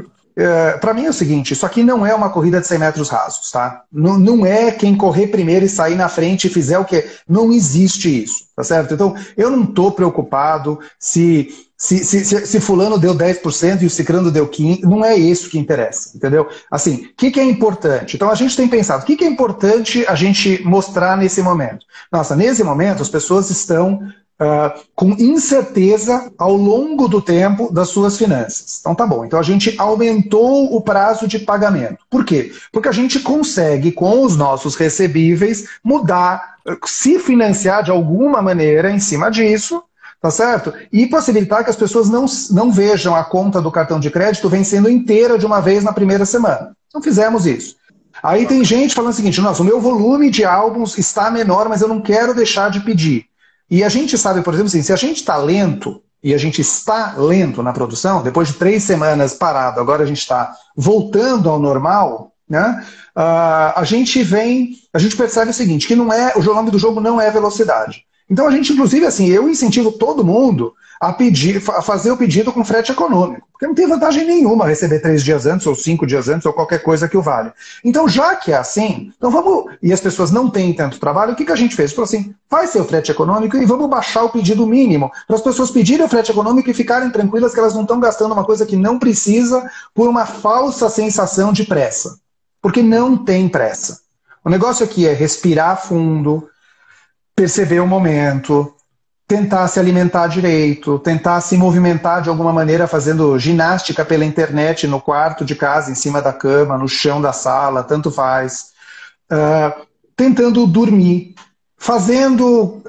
é, para mim é o seguinte, isso aqui não é uma corrida de cem metros rasos, tá? Não, não é quem correr primeiro e sair na frente e fizer o quê? Não existe isso, tá certo? Então, eu não estou preocupado se... Se, se, se, se fulano deu dez por cento e o cicrano deu quinze por cento, não é isso que interessa, entendeu? Assim, o que, que é importante? Então a gente tem pensado, o que, que é importante a gente mostrar nesse momento? Nossa, nesse momento as pessoas estão uh, com incerteza ao longo do tempo das suas finanças. Então tá bom, então a gente aumentou o prazo de pagamento. Por quê? Porque a gente consegue, com os nossos recebíveis, mudar, se financiar de alguma maneira em cima disso, tá certo? E possibilitar que as pessoas não, não vejam a conta do cartão de crédito vencendo inteira de uma vez na primeira semana. Não fizemos isso. Aí tem gente falando o seguinte, nossa, o meu volume de álbuns está menor, mas eu não quero deixar de pedir. E a gente sabe, por exemplo, assim, se a gente está lento, e a gente está lento na produção, depois de três semanas parado, agora a gente está voltando ao normal, né? Uh, a gente vem, a gente percebe o seguinte, que não é, o nome do jogo não é velocidade. Então a gente, inclusive, assim, eu incentivo todo mundo a, pedir, a fazer o pedido com frete econômico, porque não tem vantagem nenhuma receber três dias antes, ou cinco dias antes, ou qualquer coisa que o valha. Então, já que é assim, então vamos, e as pessoas não têm tanto trabalho, o que, que a gente fez? Falou assim, faz seu frete econômico e vamos baixar o pedido mínimo, para as pessoas pedirem o frete econômico e ficarem tranquilas que elas não estão gastando uma coisa que não precisa por uma falsa sensação de pressa. Porque não tem pressa. O negócio aqui é respirar fundo, perceber o momento, tentar se alimentar direito, tentar se movimentar de alguma maneira fazendo ginástica pela internet no quarto de casa, em cima da cama, no chão da sala, tanto faz. Uh, tentando dormir, fazendo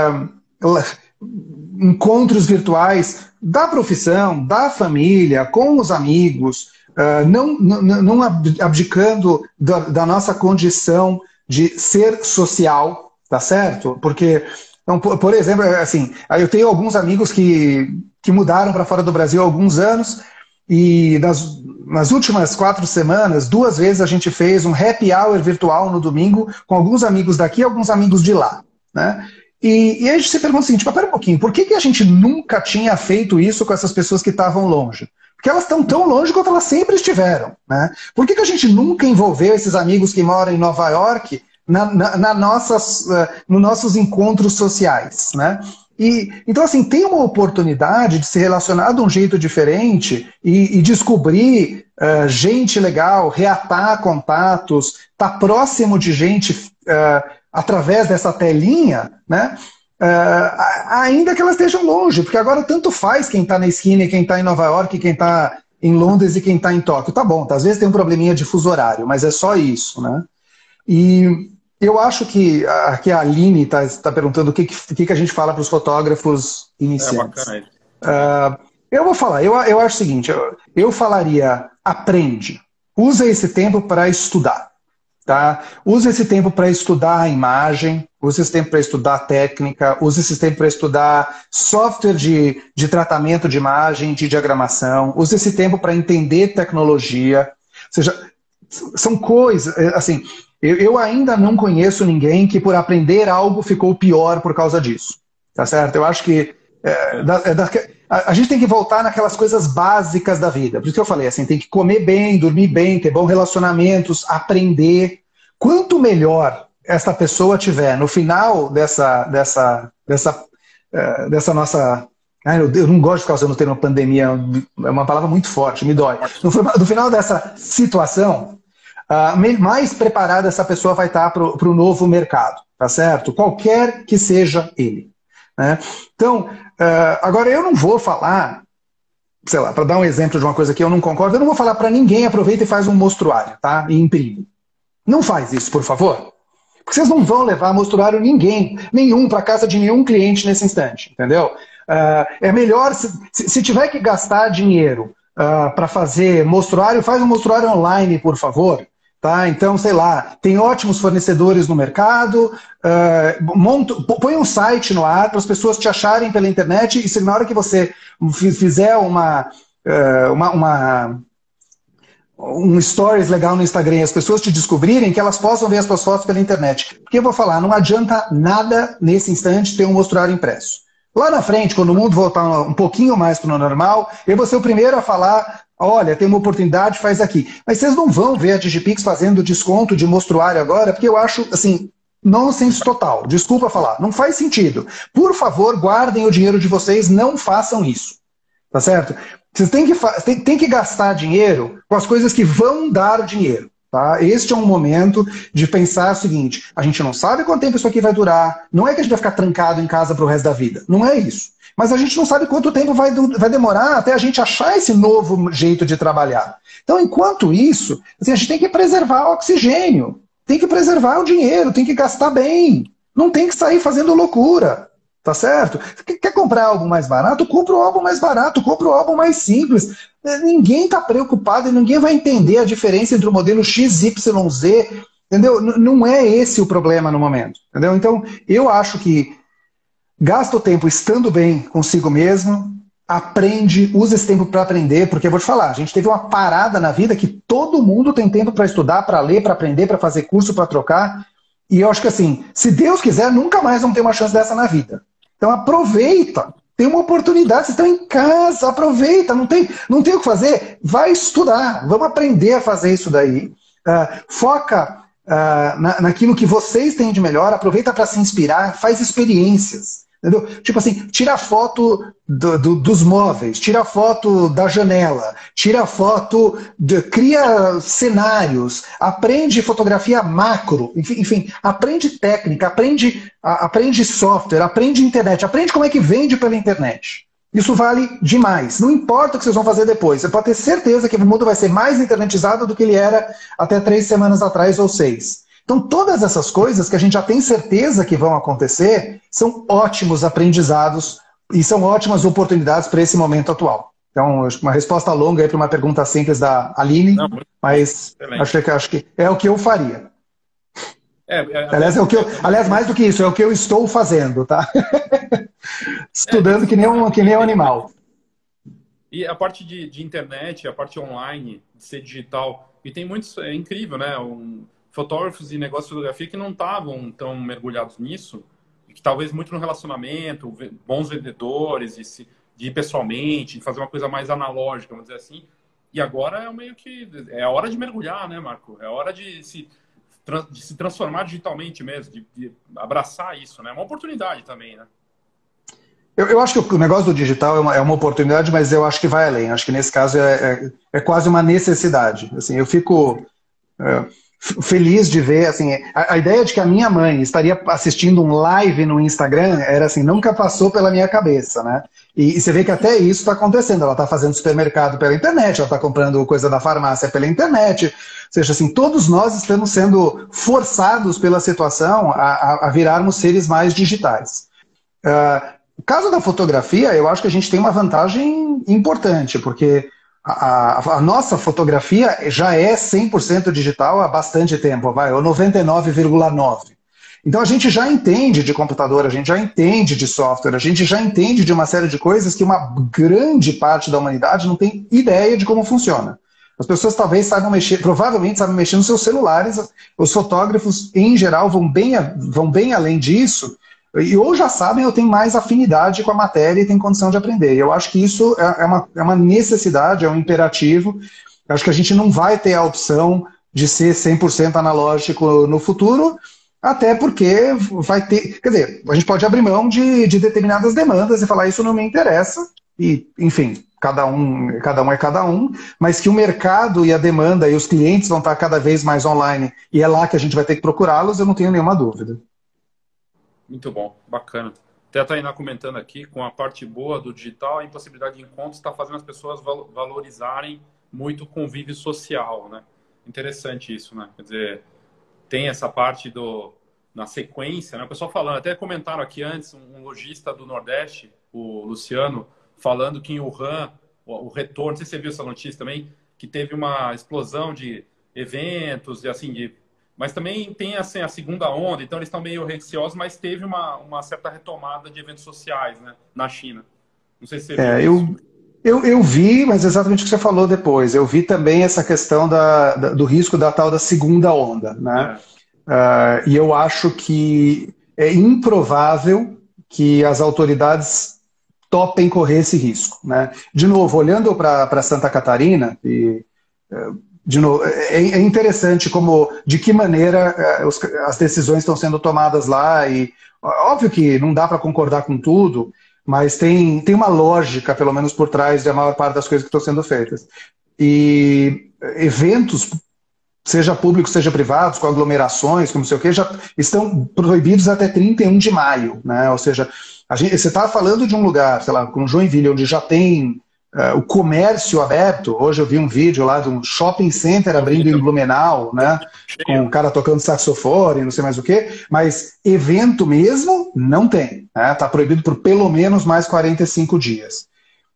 uh, encontros virtuais da profissão, da família, com os amigos, uh, não, não, não abdicando da, da nossa condição de ser social, tá certo? Porque, então, por, por exemplo, assim, eu tenho alguns amigos que, que mudaram para fora do Brasil há alguns anos e nas, nas últimas quatro semanas, duas vezes a gente fez um happy hour virtual no domingo com alguns amigos daqui e alguns amigos de lá, né? E, e a gente se pergunta o seguinte, mas pera um pouquinho, por que, que a gente nunca tinha feito isso com essas pessoas que estavam longe? Porque elas estão tão longe quanto elas sempre estiveram, né? Por que, que a gente nunca envolveu esses amigos que moram em Nova York Na, na, na nossas, uh, nos nossos encontros sociais, né? E, então, assim, tem uma oportunidade de se relacionar de um jeito diferente e, e descobrir uh, gente legal, reatar contatos, estar tá próximo de gente uh, através dessa telinha, né? Uh, ainda que elas estejam longe, porque agora tanto faz quem está na esquina e quem está em Nova York, quem está em Londres e quem está em Tóquio. Tá bom, tá, às vezes tem um probleminha de fuso horário, mas é só isso, né? E eu acho que aqui a Aline está tá perguntando o que, que, que a gente fala para os fotógrafos iniciantes. É bacana. Uh, eu vou falar, eu, eu acho o seguinte, eu, eu falaria, aprende, usa esse tempo para estudar, tá? Usa esse tempo para estudar a imagem, usa esse tempo para estudar a técnica, usa esse tempo para estudar software de, de tratamento de imagem, de diagramação, usa esse tempo para entender tecnologia, ou seja, são coisas, assim... Eu ainda não conheço ninguém que por aprender algo ficou pior por causa disso. Tá certo? Eu acho que é, da, é da, a, a gente tem que voltar naquelas coisas básicas da vida. Por isso que eu falei, assim, tem que comer bem, dormir bem, ter bons relacionamentos, aprender. Quanto melhor essa pessoa tiver no final dessa, dessa, dessa, uh, dessa nossa... Ai, eu, eu não gosto de ficar usando o termo pandemia, é uma palavra muito forte, me dói. No, no final dessa situação... Uh, mais preparada essa pessoa vai estar para o novo mercado, tá certo? Qualquer que seja ele, né? Então, uh, agora eu não vou falar, sei lá, para dar um exemplo de uma coisa que eu não concordo, eu não vou falar para ninguém, aproveita e faz um mostruário, tá? E imprime. Não faz isso, por favor. Porque vocês não vão levar mostruário ninguém, nenhum, para casa de nenhum cliente nesse instante, entendeu? Uh, é melhor, se, se tiver que gastar dinheiro uh, para fazer mostruário, faz um mostruário online, por favor. Tá? Então, sei lá, tem ótimos fornecedores no mercado, uh, monta, põe um site no ar para as pessoas te acharem pela internet e se na hora que você fizer uma, uh, uma, uma um stories legal no Instagram e as pessoas te descobrirem, que elas possam ver as suas fotos pela internet. Porque eu vou falar, não adianta nada nesse instante ter um mostruário impresso. Lá na frente, quando o mundo voltar um pouquinho mais para o normal, eu vou ser o primeiro a falar, olha, tem uma oportunidade, faz aqui. Mas vocês não vão ver a Digipix fazendo desconto de mostruário agora, porque eu acho, assim, nonsense total. Desculpa falar, não faz sentido. Por favor, guardem o dinheiro de vocês, não façam isso. Tá certo? Vocês têm que, tem, tem que gastar dinheiro com as coisas que vão dar dinheiro. Tá? Este é um momento de pensar o seguinte, a gente não sabe quanto tempo isso aqui vai durar, não é que a gente vai ficar trancado em casa para o resto da vida, não é isso. Mas a gente não sabe quanto tempo vai, vai demorar até a gente achar esse novo jeito de trabalhar. Então, enquanto isso, assim, a gente tem que preservar o oxigênio, tem que preservar o dinheiro, tem que gastar bem, não tem que sair fazendo loucura. Tá certo? Quer comprar algo mais barato? Compra o álbum mais barato, compra o álbum mais simples. Ninguém está preocupado e ninguém vai entender a diferença entre o modelo X Y Z. Entendeu? N- não é esse o problema no momento. Entendeu? Então, eu acho que gasta o tempo estando bem consigo mesmo, aprende, usa esse tempo para aprender, porque eu vou te falar, a gente teve uma parada na vida que todo mundo tem tempo para estudar, para ler, para aprender, para fazer curso, para trocar. E eu acho que assim, se Deus quiser, nunca mais vamos ter uma chance dessa na vida. Então aproveita, tem uma oportunidade, vocês estão em casa, aproveita, não tem, não tem o que fazer, vai estudar, vamos aprender a fazer isso daí. Uh, foca uh, na, naquilo que vocês têm de melhor, aproveita para se inspirar, faz experiências. Entendeu? Tipo assim, tira foto do, do, dos móveis, tira foto da janela, tira foto, de, cria cenários, aprende fotografia macro, enfim, enfim aprende técnica, aprende, a, aprende software, aprende internet, aprende como é que vende pela internet. Isso vale demais. Não importa o que vocês vão fazer depois. Você pode ter certeza que o mundo vai ser mais internetizado do que ele era até três semanas atrás ou seis. Então, todas essas coisas que a gente já tem certeza que vão acontecer são ótimos aprendizados e são ótimas oportunidades para esse momento atual. Então, uma resposta longa aí para uma pergunta simples da Aline, Não, mas acho que, acho que é o que eu faria. É, é, aliás, é o que eu, aliás, mais do que isso, é o que eu estou fazendo, tá? Estudando é, que nem um, que nem um animal. E a parte de, de internet, a parte online, de ser digital, e tem muitos, é incrível, né? Um, fotógrafos e negócios de fotografia que não estavam tão mergulhados nisso, que talvez muito no relacionamento, bons vendedores, de, se, de ir pessoalmente, de fazer uma coisa mais analógica, vamos dizer assim. E agora é meio que... É a hora de mergulhar, né, Marco? É a hora de se, de se transformar digitalmente mesmo, de, de abraçar isso, né? É uma oportunidade também, né? Eu, eu acho que o negócio do digital é uma, é uma oportunidade, mas eu acho que vai além. Acho que nesse caso é, é, é quase uma necessidade. Assim, eu fico... É, feliz de ver, assim, a, a ideia de que a minha mãe estaria assistindo um live no Instagram era assim, nunca passou pela minha cabeça, né? E, e você vê que até isso está acontecendo, ela está fazendo supermercado pela internet, ela está comprando coisa da farmácia pela internet, ou seja, assim, todos nós estamos sendo forçados pela situação a, a, a virarmos seres mais digitais. Uh, o caso da fotografia, eu acho que a gente tem uma vantagem importante, porque A, a, a nossa fotografia já é cem por cento digital há bastante tempo, vai, ou noventa e nove vírgula nove por cento. Então a gente já entende de computador, a gente já entende de software, a gente já entende de uma série de coisas que uma grande parte da humanidade não tem ideia de como funciona. As pessoas talvez saibam mexer, provavelmente sabem mexer nos seus celulares, os fotógrafos em geral vão bem, vão bem além disso, e ou já sabem ou têm mais afinidade com a matéria e têm condição de aprender. Eu acho que isso é uma, é uma necessidade, é um imperativo. Eu acho que a gente não vai ter a opção de ser cem por cento analógico no futuro, até porque vai ter... Quer dizer, a gente pode abrir mão de, de determinadas demandas e falar isso não me interessa, e, enfim, cada um, cada um é cada um, mas que o mercado e a demanda e os clientes vão estar cada vez mais online e é lá que a gente vai ter que procurá-los, eu não tenho nenhuma dúvida. Muito bom, bacana. Até a Tainá comentando aqui, com a parte boa do digital, a impossibilidade de encontros está fazendo as pessoas valorizarem muito o convívio social, né? Interessante isso, né? Quer dizer, tem essa parte do, na sequência, né? O pessoal falando, até comentaram aqui antes, um lojista do Nordeste, o Luciano, falando que em Wuhan, o, o retorno, não sei se você viu essa notícia também, que teve uma explosão de eventos, e assim, de, mas também tem assim, a segunda onda, então eles estão meio receosos, mas teve uma, uma certa retomada de eventos sociais, né, na China. Não sei se você É, viu eu, isso. eu, eu vi, mas exatamente o que você falou depois. Eu vi também essa questão da, da- do risco da tal da segunda onda, né? É. Ah, e eu acho que é improvável que as autoridades topem correr esse risco, né? De novo, olhando para Santa Catarina, e, eh, de novo, é, é interessante como, de que maneira eh, os- as decisões estão sendo tomadas lá, e óbvio que não dá para concordar com tudo, mas tem, tem uma lógica, pelo menos por trás da maior parte das coisas que estão sendo feitas. E eventos, seja públicos, seja privados, com aglomerações, com não sei o quê, já estão proibidos até trinta e um de maio, né? Ou seja, a gente, você está falando de um lugar, sei lá, como Joinville, onde já tem eh, o comércio aberto. Hoje eu vi um vídeo lá de um shopping center Eu vi abrindo em também. Blumenau, né? Com Cheio, um né? cara tocando saxofone, não sei mais o quê, mas evento mesmo não tem, né? Está proibido por pelo menos mais quarenta e cinco dias.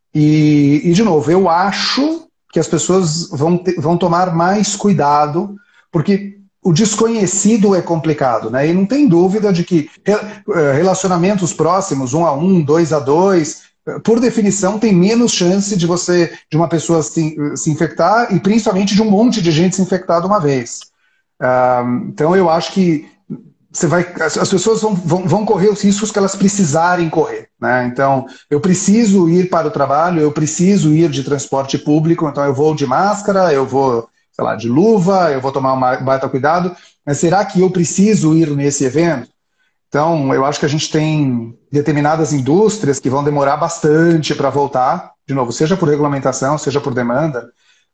E, e, de novo, eu acho que as pessoas vão, ter- vão tomar mais cuidado, porque o desconhecido é complicado, né? E não tem dúvida de que re- eh, relacionamentos próximos, um a um, dois a dois, eh, por definição, tem menos chance de você, de uma pessoa se, se infectar e principalmente de um monte de gente se infectar de uma vez. Ah, então eu acho que você vai, as, as pessoas vão, vão, vão correr os riscos que elas precisarem correr, né? Então, eu preciso ir para o trabalho, eu preciso ir de transporte público, então eu vou de máscara, eu vou, sei lá, de luva, eu vou tomar um baita cuidado, mas será que eu preciso ir nesse evento? Então, eu acho que a gente tem determinadas indústrias que vão demorar bastante para voltar, de novo, seja por regulamentação, seja por demanda,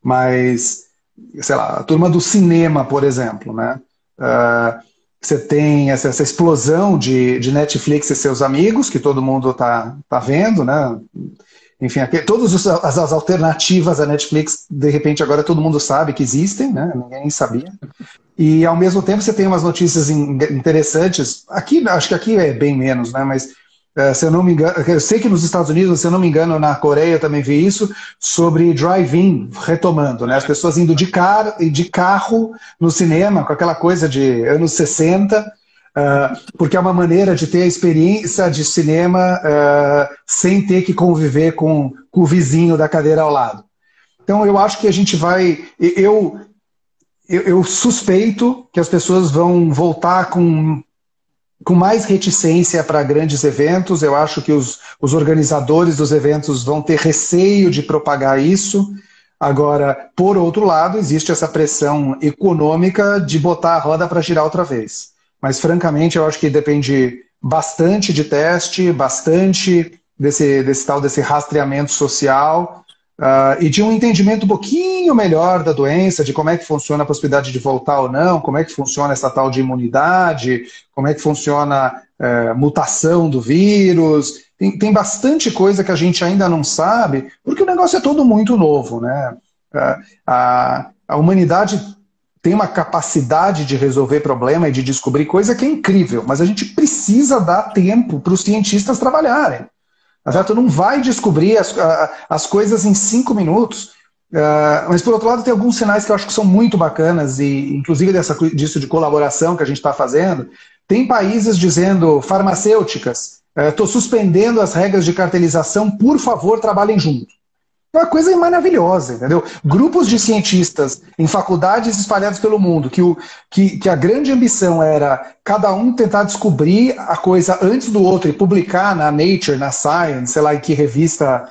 mas, sei lá, a turma do cinema, por exemplo, né? Uh, você tem essa, essa explosão de, de Netflix e seus amigos, que todo mundo está tá vendo, né? Enfim, aqui, todas os- as, as alternativas à Netflix, de repente, agora todo mundo sabe que existem, né? Ninguém nem sabia. E, ao mesmo tempo, você tem umas notícias in- interessantes. Aqui, acho que aqui é bem menos, né? Mas, eh, se eu não me engano, eu sei que nos Estados Unidos, se eu não me engano, na Coreia eu também vi isso, sobre drive-in retomando, né? As pessoas indo de, car de carro no cinema, com aquela coisa de anos sessenta, ah, porque é uma maneira de ter a experiência de cinema ah, sem ter que conviver com, com o vizinho da cadeira ao lado. Então, eu acho que a gente vai. Eu, eu, eu suspeito que as pessoas vão voltar com, com mais reticência para grandes eventos. Eu acho que os, os organizadores dos eventos vão ter receio de propagar isso. Agora, por outro lado, existe essa pressão econômica de botar a roda para girar outra vez. Mas, francamente, eu acho que depende bastante de teste, bastante desse, desse tal desse rastreamento social. Uh, e de um entendimento um pouquinho melhor da doença, de como é que funciona a possibilidade de voltar ou não, como é que funciona essa tal de imunidade, como é que funciona a mutação do vírus. Tem, tem bastante coisa que a gente ainda não sabe, porque o negócio é todo muito novo, né? Uh, a, a humanidade tem uma capacidade de resolver problema e de descobrir coisa que é incrível, mas a gente precisa dar tempo para os cientistas trabalharem. Tu não vai descobrir as, as coisas em cinco minutos. Uh, mas, por outro lado, tem alguns sinais que eu acho que são muito bacanas, e inclusive dessa, disso de colaboração que a gente está fazendo. Tem países dizendo, farmacêuticas, estou uh, suspendendo as regras de cartelização, por favor, trabalhem junto. É uma coisa maravilhosa, entendeu? Grupos de cientistas em faculdades espalhadas pelo mundo, que, o, que, que a grande ambição era cada um tentar descobrir a coisa antes do outro e publicar na Nature, na Science, sei lá em que revista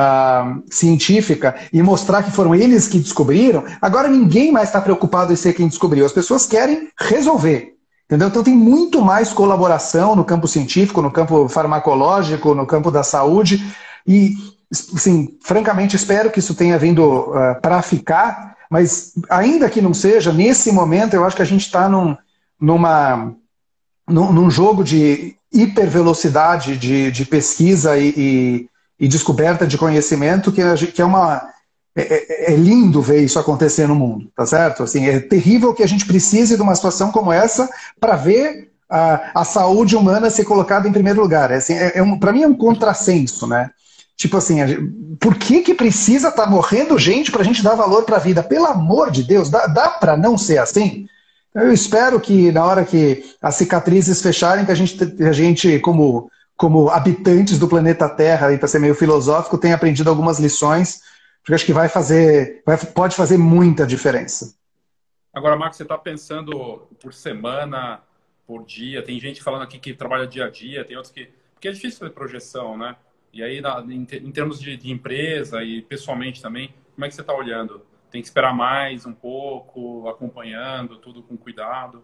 uh, científica, e mostrar que foram eles que descobriram. Agora ninguém mais está preocupado em ser quem descobriu. As pessoas querem resolver. Entendeu? Então tem muito mais colaboração no campo científico, no campo farmacológico, no campo da saúde, e sim, francamente, espero que isso tenha vindo uh, para ficar, mas ainda que não seja, nesse momento eu acho que a gente está num, numa, num, num jogo de hipervelocidade de, de pesquisa e, e, e descoberta de conhecimento que, a, que é, uma, é, é lindo ver isso acontecer no mundo, tá certo? Assim, é terrível que a gente precise de uma situação como essa para ver a, a saúde humana ser colocada em primeiro lugar. É, assim, é, é um, para mim é um contrassenso, né? Tipo assim, a gente, por que que precisa estar tá morrendo gente para a gente dar valor para a vida? Pelo amor de Deus, dá, dá para não ser assim? Eu espero que na hora que as cicatrizes fecharem, que a gente, a gente como, como habitantes do planeta Terra, para ser meio filosófico, tenha aprendido algumas lições, porque acho que vai fazer, vai, pode fazer muita diferença. Agora, Marcos, você está pensando por semana, por dia? Tem gente falando aqui que trabalha dia a dia, tem outros que... Porque é difícil fazer projeção, né? E aí, na, em, em termos de, de empresa e pessoalmente também, como é que você está olhando? Tem que esperar mais um pouco, acompanhando, tudo com cuidado?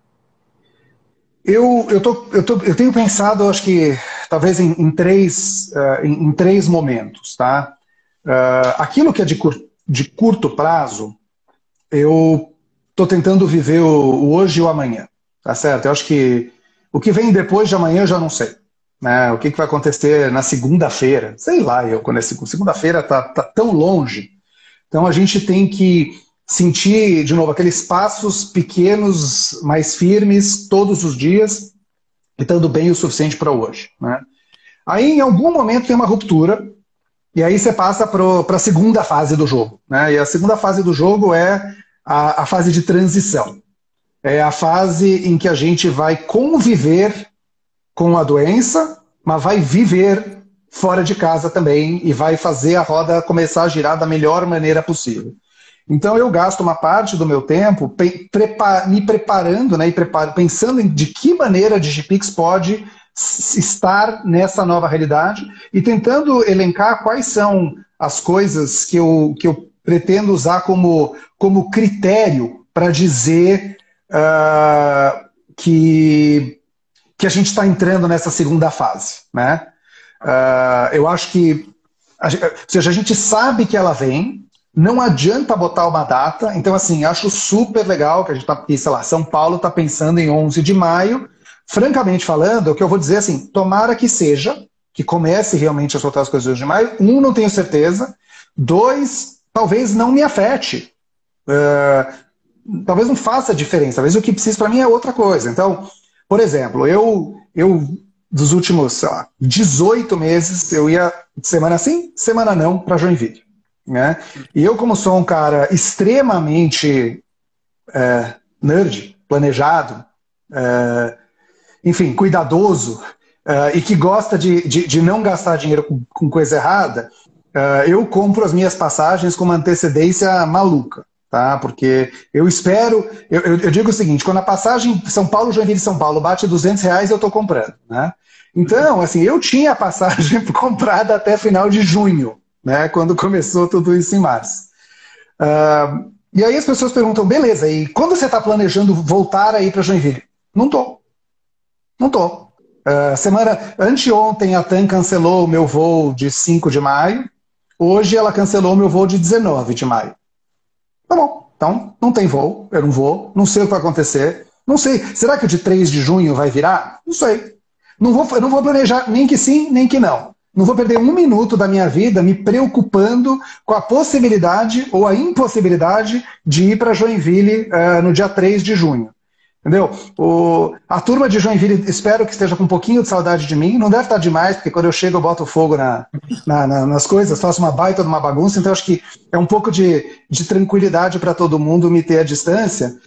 Eu, eu, tô, eu, tô, eu tenho pensado, acho que, talvez em, em, três, uh, em, em três momentos, tá? Uh, aquilo que é de, cur, de curto prazo, eu estou tentando viver o, o hoje e o amanhã, tá certo? Eu acho que o que vem depois de amanhã eu já não sei. Né? O que, que vai acontecer na segunda-feira? Sei lá, eu, quando é segunda-feira tá, tá tão longe. Então a gente tem que sentir, de novo, aqueles passos pequenos, mais firmes, todos os dias, e estando bem o suficiente para hoje. Né? Aí, em algum momento, tem uma ruptura, e aí você passa para a segunda fase do jogo. Né? E a segunda fase do jogo é a, a fase de transição. É a fase em que a gente vai conviver com a doença, mas vai viver fora de casa também e vai fazer a roda começar a girar da melhor maneira possível. Então eu gasto uma parte do meu tempo me preparando, né, e preparo, pensando em de que maneira a Digipix pode estar nessa nova realidade e tentando elencar quais são as coisas que eu, que eu pretendo usar como, como critério para dizer uh, que, que a gente está entrando nessa segunda fase, né? Uh, eu acho que, a, ou seja, a gente sabe que ela vem, não adianta botar uma data, então assim, acho super legal que a gente está aqui, sei lá, São Paulo está pensando em onze de maio, francamente falando, o que eu vou dizer assim, tomara que seja, que comece realmente a soltar as coisas de maio, um, não tenho certeza, dois, talvez não me afete, uh, talvez não faça diferença, talvez o que precisa para mim é outra coisa, então, por exemplo, eu... eu dos últimos, sei lá, dezoito meses, eu ia semana sim, semana não, para Joinville. Né? E eu, como sou um cara extremamente é, nerd, planejado, é, enfim, cuidadoso, é, e que gosta de, de, de não gastar dinheiro com, com coisa errada, é, eu compro as minhas passagens com uma antecedência maluca. Tá? Porque eu espero, eu, eu, eu digo o seguinte, quando a passagem São Paulo, Joinville, São Paulo bate duzentos reais, eu estou comprando. Né? Então, assim, eu tinha a passagem comprada até final de junho, né, quando começou tudo isso em março. Uh, e aí as pessoas perguntam, beleza, e quando você está planejando voltar aí para Joinville? Não tô. Não tô. Uh, semana, anteontem a TAM cancelou o meu voo de cinco de maio, hoje ela cancelou o meu voo de dezenove de maio. Tá bom, então não tem voo, eu não vou, não sei o que vai acontecer, não sei, será que o de três de junho vai virar? Não sei. Não vou, eu não vou planejar nem que sim, nem que não. Não vou perder um minuto da minha vida me preocupando com a possibilidade ou a impossibilidade de ir para Joinville uh, no dia três de junho. Entendeu? O, a turma de Joinville, espero que esteja com um pouquinho de saudade de mim. Não deve estar demais, porque quando eu chego eu boto fogo na, na, na, nas coisas, faço uma baita de uma bagunça. Então acho que é um pouco de, de tranquilidade para todo mundo me ter à distância.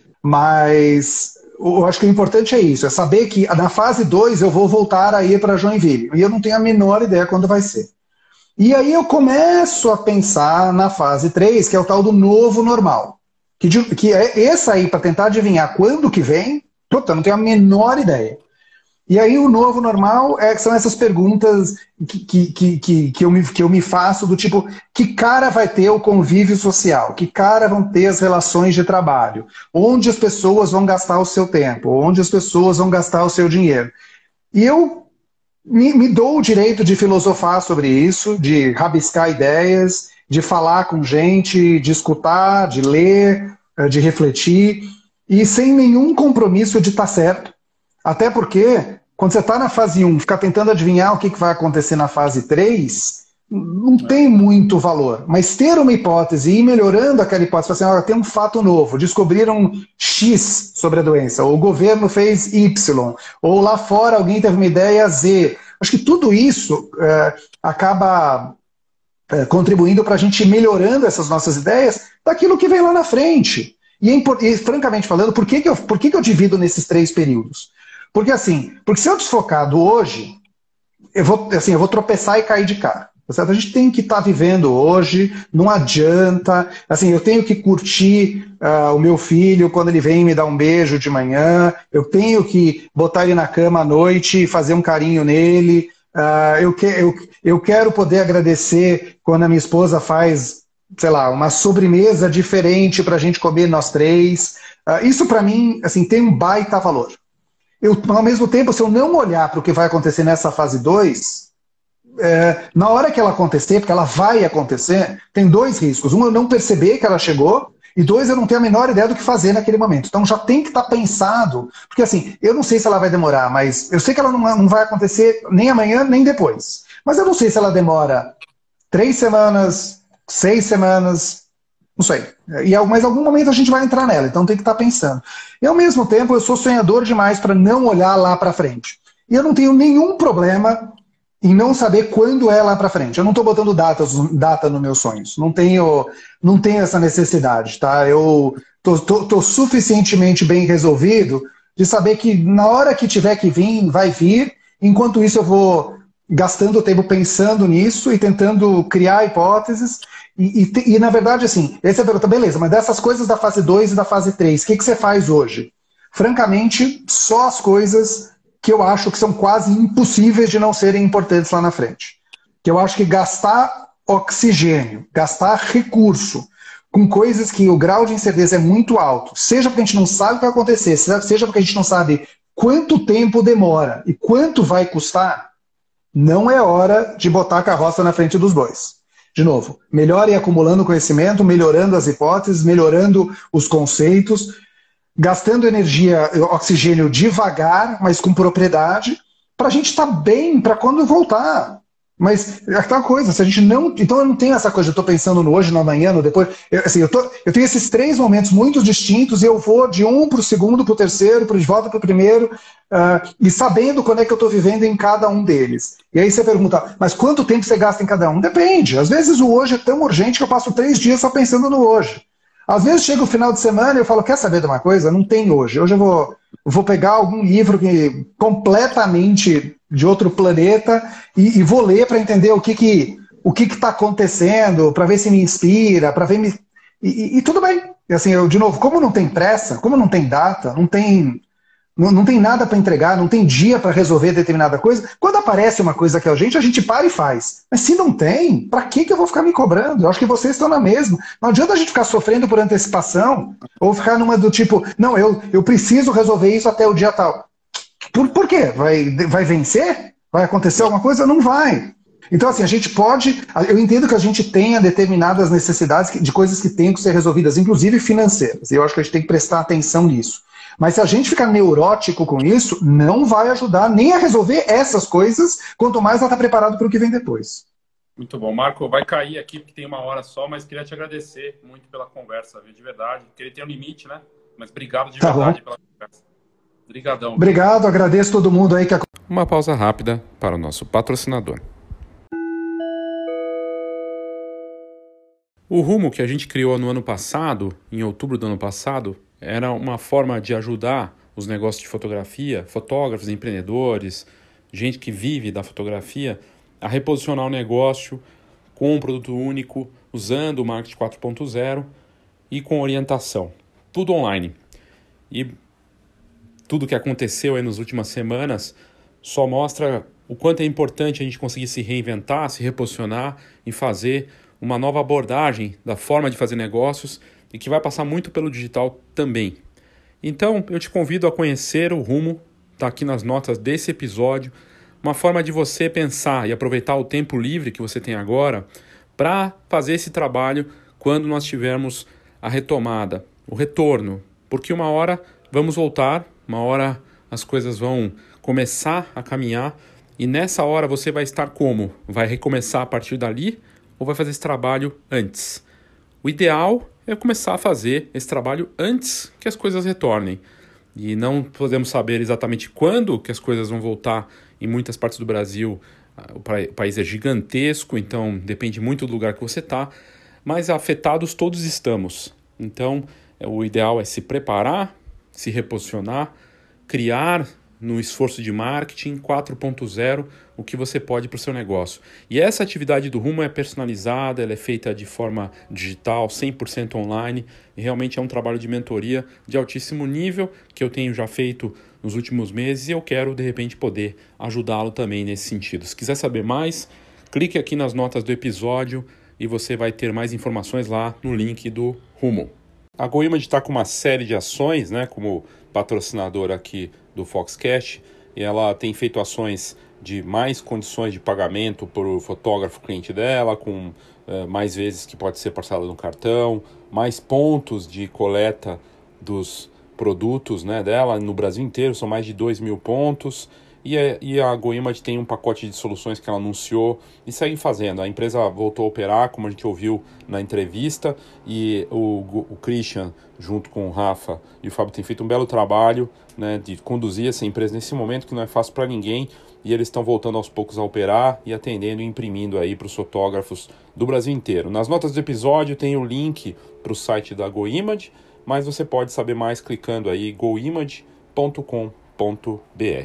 Mas eu acho que o importante é isso, é saber que na fase dois eu vou voltar a ir para Joinville. E eu não tenho a menor ideia quando vai ser. E aí eu começo a pensar na fase três, que é o tal do novo normal. Que, que é essa aí, para tentar adivinhar quando que vem, puta, não tenho a menor ideia. E aí o novo normal é, são essas perguntas que, que, que, que, que, eu me, que eu me faço do tipo, que cara vai ter o convívio social? Que cara vão ter as relações de trabalho? Onde as pessoas vão gastar o seu tempo? Onde as pessoas vão gastar o seu dinheiro? E eu me, me dou o direito de filosofar sobre isso, de rabiscar ideias, de falar com gente, de escutar, de ler, de refletir, e sem nenhum compromisso de estar certo. Até porque, quando você está na fase um, ficar tentando adivinhar o que vai acontecer na fase três, não tem muito valor. Mas ter uma hipótese e ir melhorando aquela hipótese, assim, ah, tem um fato novo, descobriram X sobre a doença, ou o governo fez Y, ou lá fora alguém teve uma ideia Z. Acho que tudo isso é, acaba é, contribuindo para a gente ir melhorando essas nossas ideias daquilo que vem lá na frente. E, e francamente falando, por que, que, eu, por que, que eu divido nesses três períodos? Porque assim, porque se eu desfocado hoje, eu vou, assim, eu vou tropeçar e cair de cara. A gente tem que estar tá vivendo hoje, não adianta. Assim, eu tenho que curtir uh, o meu filho quando ele vem me dar um beijo de manhã, eu tenho que botar ele na cama à noite e fazer um carinho nele. Uh, eu, que, eu, eu quero poder agradecer quando a minha esposa faz, sei lá, uma sobremesa diferente para a gente comer nós três. Uh, isso para mim assim, tem um baita valor. Eu, ao mesmo tempo, se eu não olhar para o que vai acontecer nessa fase dois... É, na hora que ela acontecer, porque ela vai acontecer, tem dois riscos. Um, eu não perceber que ela chegou, e dois, eu não ter a menor ideia do que fazer naquele momento. Então já tem que estar tá pensado, porque assim, eu não sei se ela vai demorar, mas eu sei que ela não, não vai acontecer nem amanhã, nem depois. Mas eu não sei se ela demora três semanas, seis semanas, não sei. E mas em algum momento a gente vai entrar nela, então tem que estar tá pensando. E ao mesmo tempo, eu sou sonhador demais para não olhar lá para frente. E eu não tenho nenhum problema em não saber quando é lá para frente. Eu não estou botando datas, data nos meus sonhos. Não tenho, não tenho essa necessidade, tá? Eu estou suficientemente bem resolvido de saber que na hora que tiver que vir, vai vir. Enquanto isso eu vou gastando tempo pensando nisso e tentando criar hipóteses. E, e, e na verdade, assim, essa é a pergunta, beleza, mas dessas coisas da fase dois e da fase três, o que, que você faz hoje? Francamente, só as coisas que eu acho que são quase impossíveis de não serem importantes lá na frente. Que eu acho que gastar oxigênio, gastar recurso com coisas que o grau de incerteza é muito alto, seja porque a gente não sabe o que vai acontecer, seja porque a gente não sabe quanto tempo demora e quanto vai custar, não é hora de botar a carroça na frente dos bois. De novo, melhor ir acumulando conhecimento, melhorando as hipóteses, melhorando os conceitos, gastando energia, oxigênio devagar, mas com propriedade, para a gente estar tá bem para quando voltar. Mas é aquela coisa, se a gente não. Então eu não tenho essa coisa, eu estou pensando no hoje, no amanhã, no depois. Eu, assim, eu, tô, eu tenho esses três momentos muito distintos e eu vou de um para o segundo, para o terceiro, de volta para o primeiro, uh, e sabendo quando é que eu estou vivendo em cada um deles. E aí você pergunta, mas quanto tempo você gasta em cada um? Depende. Às vezes o hoje é tão urgente que eu passo três dias só pensando no hoje. Às vezes chega o final de semana e eu falo, quer saber de uma coisa? Não tem hoje. Hoje eu vou, vou pegar algum livro que, completamente de outro planeta e, e vou ler para entender o que que o que está acontecendo, para ver se me inspira, para ver me... E, e, e tudo bem. E assim, eu, de novo, como não tem pressa, como não tem data, não tem, não, não tem nada para entregar, não tem dia para resolver determinada coisa, quando aparece uma coisa que a gente, a gente para e faz. Mas se não tem, para que que eu vou ficar me cobrando? Eu acho que vocês estão na mesma. Não adianta a gente ficar sofrendo por antecipação ou ficar numa do tipo, não, eu, eu preciso resolver isso até o dia tal. Por, por quê? Vai, vai vencer? Vai acontecer alguma coisa? Não vai. Então, assim, a gente pode... Eu entendo que a gente tenha determinadas necessidades de coisas que têm que ser resolvidas, inclusive financeiras. E eu acho que a gente tem que prestar atenção nisso. Mas se a gente ficar neurótico com isso, não vai ajudar nem a resolver essas coisas, quanto mais ela está preparado para o que vem depois. Muito bom. Marco, vai cair aqui porque tem uma hora só, mas queria te agradecer muito pela conversa, viu? De verdade. Porque ele tem um limite, né? Mas obrigado de tá verdade bom. pela conversa. Obrigadão. Obrigado, agradeço todo mundo aí que... Uma pausa rápida para o nosso patrocinador. O Rumo que a gente criou no ano passado, em outubro do ano passado, era uma forma de ajudar os negócios de fotografia, fotógrafos, empreendedores, gente que vive da fotografia, a reposicionar o negócio com um produto único, usando o marketing quatro ponto zero e com orientação. Tudo online. E tudo que aconteceu aí nas últimas semanas só mostra o quanto é importante a gente conseguir se reinventar, se reposicionar e fazer uma nova abordagem da forma de fazer negócios e que vai passar muito pelo digital também. Então, eu te convido a conhecer o Rumo, está aqui nas notas desse episódio, uma forma de você pensar e aproveitar o tempo livre que você tem agora para fazer esse trabalho quando nós tivermos a retomada, o retorno, porque uma hora vamos voltar, uma hora as coisas vão começar a caminhar E nessa hora você vai estar como? Vai recomeçar a partir dali ou vai fazer esse trabalho antes? O ideal é começar a fazer esse trabalho antes que as coisas retornem. E não podemos saber exatamente quando que as coisas vão voltar em muitas partes do Brasil. O país é gigantesco, então depende muito do lugar que você está, mas afetados todos estamos. Então, o ideal é se preparar, se reposicionar, criar no esforço de marketing quatro ponto zero o que você pode para o seu negócio. E essa atividade do Rumo é personalizada, ela é feita de forma digital, cem por cento online, e realmente é um trabalho de mentoria de altíssimo nível que eu tenho já feito nos últimos meses e eu quero, de repente, poder ajudá-lo também nesse sentido. Se quiser saber mais, clique aqui nas notas do episódio e você vai ter mais informações lá no link do Rumo. A GoImage está com uma série de ações, né, como patrocinadora aqui do Foxcast, e ela tem feito ações de mais condições de pagamento para o fotógrafo cliente dela, com uh, mais vezes que pode ser parcelado no cartão, mais pontos de coleta dos produtos, né, dela no Brasil inteiro, são mais de dois mil pontos. E a, e a GoImage tem um pacote de soluções que ela anunciou e segue fazendo. A empresa voltou a operar, como a gente ouviu na entrevista, e o, o Christian, junto com o Rafa e o Fábio, tem feito um belo trabalho, né, de conduzir essa empresa nesse momento que não é fácil para ninguém, e eles estão voltando aos poucos a operar e atendendo e imprimindo aí para os fotógrafos do Brasil inteiro. Nas notas do episódio tem o link para o site da GoImage, mas você pode saber mais clicando aí goimage ponto com ponto br.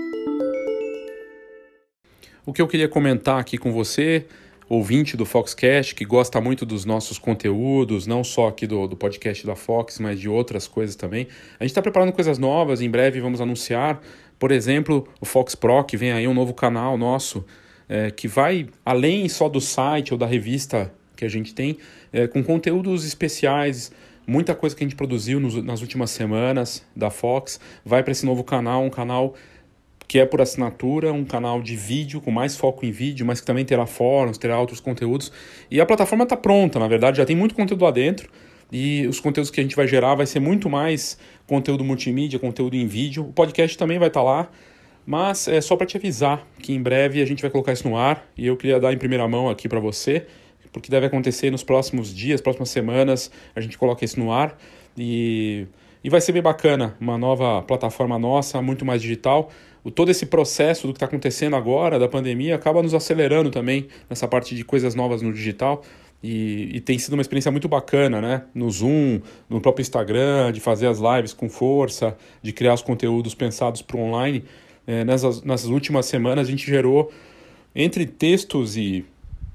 O que eu queria comentar aqui com você, ouvinte do Foxcast, que gosta muito dos nossos conteúdos, não só aqui do, do podcast da Fox, mas de outras coisas também. A gente está preparando coisas novas, em breve vamos anunciar, por exemplo, o Fox Pro, que vem aí um novo canal nosso, é, que vai além só do site ou da revista que a gente tem, é, com conteúdos especiais, muita coisa que a gente produziu nos, nas últimas semanas da Fox, vai para esse novo canal, um canal que é por assinatura, um canal de vídeo, com mais foco em vídeo, mas que também terá fóruns, terá outros conteúdos. E a plataforma está pronta, na verdade, já tem muito conteúdo lá dentro, e os conteúdos que a gente vai gerar vai ser muito mais conteúdo multimídia, conteúdo em vídeo. O podcast também vai estar lá, mas é só para te avisar que em breve a gente vai colocar isso no ar, e eu queria dar em primeira mão aqui para você, porque deve acontecer nos próximos dias, próximas semanas, a gente coloca isso no ar, e, e vai ser bem bacana, uma nova plataforma nossa, muito mais digital. O, todo esse processo do que está acontecendo agora, da pandemia, acaba nos acelerando também nessa parte de coisas novas no digital, e, e tem sido uma experiência muito bacana, né? No Zoom, no próprio Instagram, de fazer as lives com força, de criar os conteúdos pensados para o online. É, nessas, nessas últimas semanas a gente gerou, entre textos e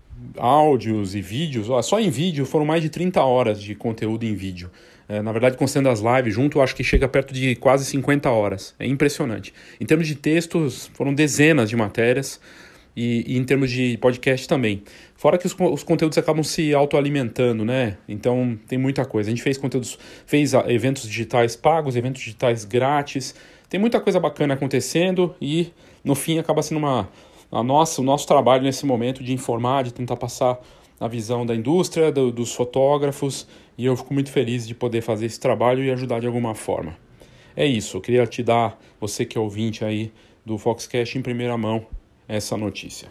áudios e vídeos, ó, só em vídeo foram mais de trinta horas de conteúdo em vídeo. É, na verdade, considerando as lives junto, eu acho que chega perto de quase cinquenta horas. É impressionante. Em termos de textos, foram dezenas de matérias, e, e em termos de podcast também. Fora que os, os conteúdos acabam se autoalimentando, né? Então tem muita coisa. A gente fez conteúdos, fez eventos digitais pagos, eventos digitais grátis. Tem muita coisa bacana acontecendo e no fim acaba sendo uma, a nossa, o nosso trabalho nesse momento de informar, de tentar passar a visão da indústria, do, dos fotógrafos, e eu fico muito feliz de poder fazer esse trabalho e ajudar de alguma forma. É isso, eu queria te dar, você que é ouvinte aí do Foxcast, em primeira mão, essa notícia.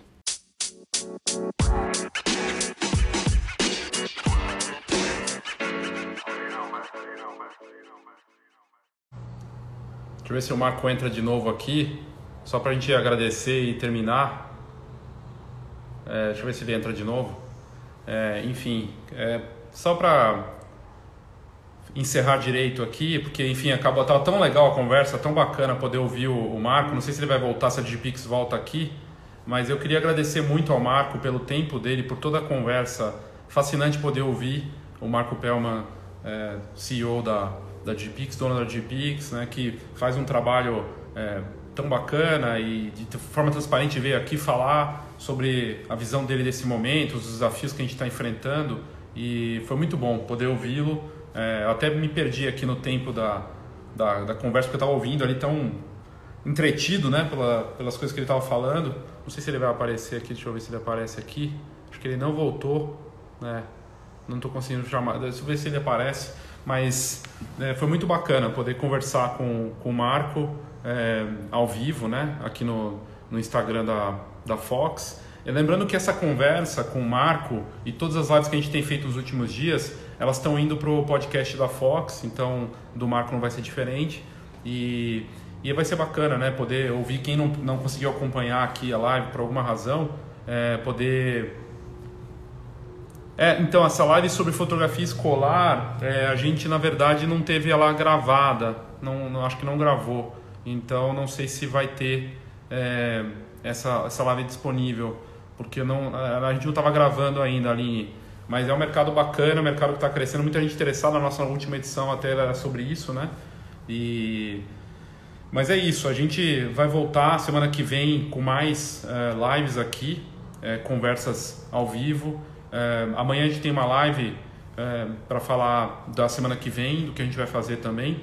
Deixa eu ver se o Marco entra de novo aqui, só para a gente agradecer e terminar. É, deixa eu ver se ele entra de novo. É, enfim, é, só para encerrar direito aqui, porque enfim, acabou, estava tão legal a conversa, tão bacana poder ouvir o, o Marco. Não sei se ele vai voltar, se a Digipix volta aqui, mas eu queria agradecer muito ao Marco pelo tempo dele, por toda a conversa. Fascinante poder ouvir o Marco Pellman, é, C E O da, da Digipix, dono da Digipix, né, que faz um trabalho é, tão bacana e de forma transparente veio aqui falar sobre a visão dele desse momento, os desafios que a gente está enfrentando, e foi muito bom poder ouvi-lo. É, eu até me perdi aqui no tempo da, da, da conversa, porque eu estava ouvindo ali tão entretido, né, pela, pelas coisas que ele estava falando. Não sei se ele vai aparecer aqui, deixa eu ver se ele aparece aqui. Acho que ele não voltou, né? Não estou conseguindo chamar, deixa eu ver se ele aparece. Mas é, foi muito bacana poder conversar com, com o Marco é, ao vivo, né, aqui no, no Instagram da, da Fox. E lembrando que essa conversa com o Marco e todas as lives que a gente tem feito nos últimos dias, elas estão indo para o podcast da Fox, então do Marco não vai ser diferente. E, e vai ser bacana, né? Poder ouvir quem não, não conseguiu acompanhar aqui a live por alguma razão, é, poder... É, então, essa live sobre fotografia escolar, é, a gente na verdade não teve ela gravada, não, não, acho que não gravou, então não sei se vai ter é, essa, essa live disponível, porque não, a gente não estava gravando ainda, Aline, mas é um mercado bacana, é um mercado que está crescendo, muita gente interessada, na nossa última edição até era sobre isso, né? E... Mas é isso, a gente vai voltar semana que vem com mais é, lives aqui, é, conversas ao vivo. É, amanhã a gente tem uma live é, para falar da semana que vem, do que a gente vai fazer também.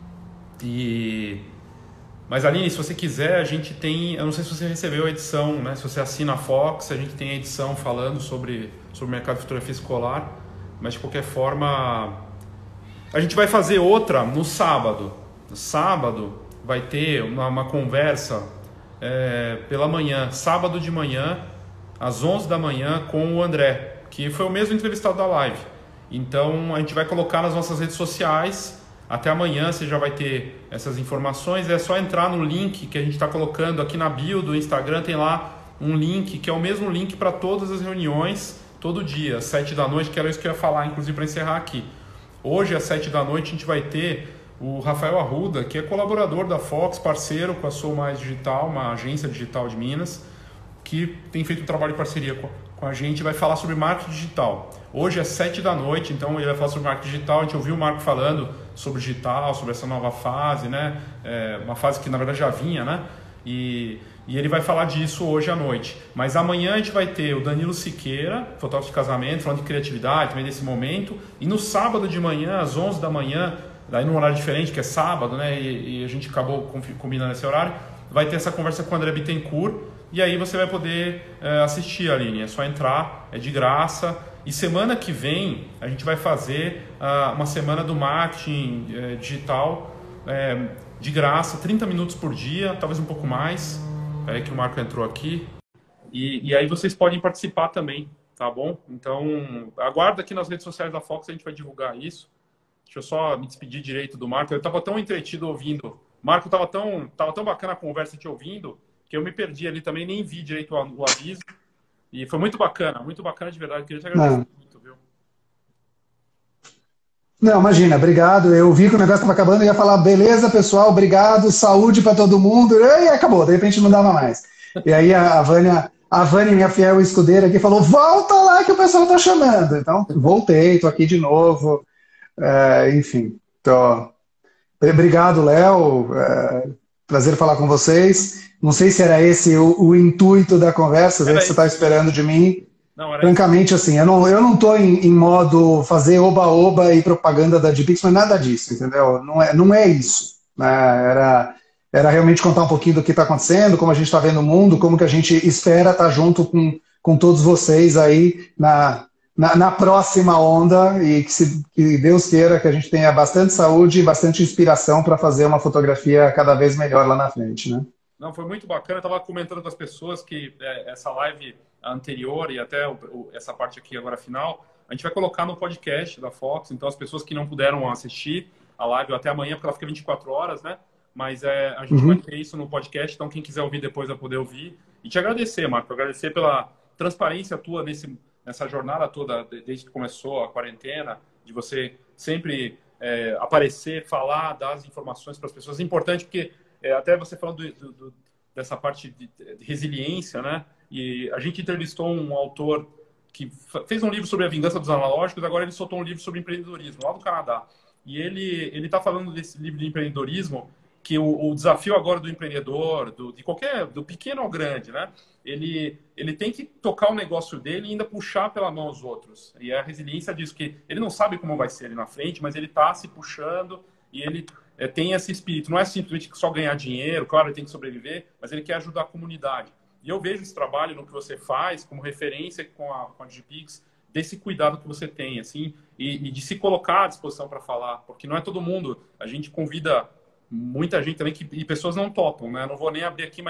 E... Mas Aline, se você quiser, a gente tem, eu não sei se você recebeu a edição, né? Se você assina a Fox, a gente tem a edição falando sobre, sobre o mercado de fotografia escolar, mas de qualquer forma, a gente vai fazer outra no sábado. No sábado vai ter uma, uma conversa é, pela manhã, sábado de manhã, às onze da manhã, com o André, que foi o mesmo entrevistado da live. Então a gente vai colocar nas nossas redes sociais. Até amanhã você já vai ter essas informações. É só entrar no link que a gente está colocando aqui na bio do Instagram. Tem lá um link que é o mesmo link para todas as reuniões, todo dia, às sete da noite, que era isso que eu ia falar, inclusive para encerrar aqui. Hoje, às sete da noite, a gente vai ter o Rafael Arruda, que é colaborador da Fox, parceiro com a Sou Mais Digital, uma agência digital de Minas, que tem feito um trabalho de parceria com, com a gente, vai falar sobre marketing digital. Hoje é sete da noite, então ele vai falar sobre marketing digital. A gente ouviu o Marco falando sobre digital, sobre essa nova fase, né? É uma fase que na verdade já vinha, né? E, e ele vai falar disso hoje à noite. Mas amanhã a gente vai ter o Danilo Siqueira, fotógrafo de casamento, falando de criatividade, também desse momento. E no sábado de manhã, às onze da manhã, daí num horário diferente, que é sábado, né? E, e a gente acabou combinando esse horário, vai ter essa conversa com o André Bittencourt. E aí você vai poder é, assistir, Aline. É só entrar, é de graça. E semana que vem a gente vai fazer uh, uma semana do marketing uh, digital uh, de graça, trinta minutos por dia, talvez um pouco mais. Peraí que o Marco entrou aqui. E, e aí vocês podem participar também, tá bom? Então, aguarda aqui nas redes sociais da Fox, a gente vai divulgar isso. Deixa eu só me despedir direito do Marco. Eu estava tão entretido ouvindo. Marco, estava tão, tava tão bacana a conversa te ouvindo, que eu me perdi ali também, nem vi direito o, o aviso. E foi muito bacana, muito bacana de verdade. Eu queria te agradecer Não. muito, viu? Não, imagina, obrigado. Eu vi que o negócio estava acabando e ia falar, beleza, pessoal, obrigado, saúde para todo mundo. E acabou, de repente não dava mais. E aí a Vânia, a Vânia, minha fiel escudeira aqui, falou, volta lá que o pessoal está chamando. Então, voltei, estou aqui de novo. É, enfim, tô... obrigado, Léo. É, prazer falar com vocês. Não sei se era esse o, o intuito da conversa, ver que você está esperando de mim. Não, Francamente, isso. assim, eu não, eu não tô em, em modo fazer oba-oba e propaganda da Dpix, mas nada disso, entendeu? Não é, não é isso. Né? Era, era realmente contar um pouquinho do que está acontecendo, como a gente está vendo o mundo, como que a gente espera estar tá junto com, com todos vocês aí na, na, na próxima onda e que, se, que Deus queira que a gente tenha bastante saúde e bastante inspiração para fazer uma fotografia cada vez melhor lá na frente, né? Não, foi muito bacana. Eu estava comentando com as pessoas que é, essa live anterior e até o, o, essa parte aqui agora final, a gente vai colocar no podcast da Fox. Então, as pessoas que não puderam assistir a live até amanhã, porque ela fica vinte e quatro horas, né? Mas é, a gente uhum. vai ter isso no podcast. Então, quem quiser ouvir depois vai poder ouvir. E te agradecer, Marco. Agradecer pela transparência tua nesse, nessa jornada toda, desde que começou a quarentena, de você sempre é, aparecer, falar, dar as informações para as pessoas. É importante porque... É, até você falando do, do, dessa parte de, de resiliência, né? E a gente entrevistou um autor que fez um livro sobre a vingança dos analógicos, agora ele soltou um livro sobre empreendedorismo, lá do Canadá. E ele ele está falando desse livro de empreendedorismo, que o, o desafio agora do empreendedor, do, de qualquer, do pequeno ao grande, né? Ele, ele tem que tocar o negócio dele e ainda puxar pela mão os outros. E a resiliência diz que ele não sabe como vai ser ali na frente, mas ele está se puxando e ele... É, tem esse espírito, não é simplesmente só ganhar dinheiro, claro, ele tem que sobreviver, mas ele quer ajudar a comunidade. E eu vejo esse trabalho no que você faz, como referência com a, com a Dpix, desse cuidado que você tem, assim, e, e de se colocar à disposição para falar, porque não é todo mundo, a gente convida muita gente também, que, e pessoas não topam, né? Não vou nem abrir aqui, mas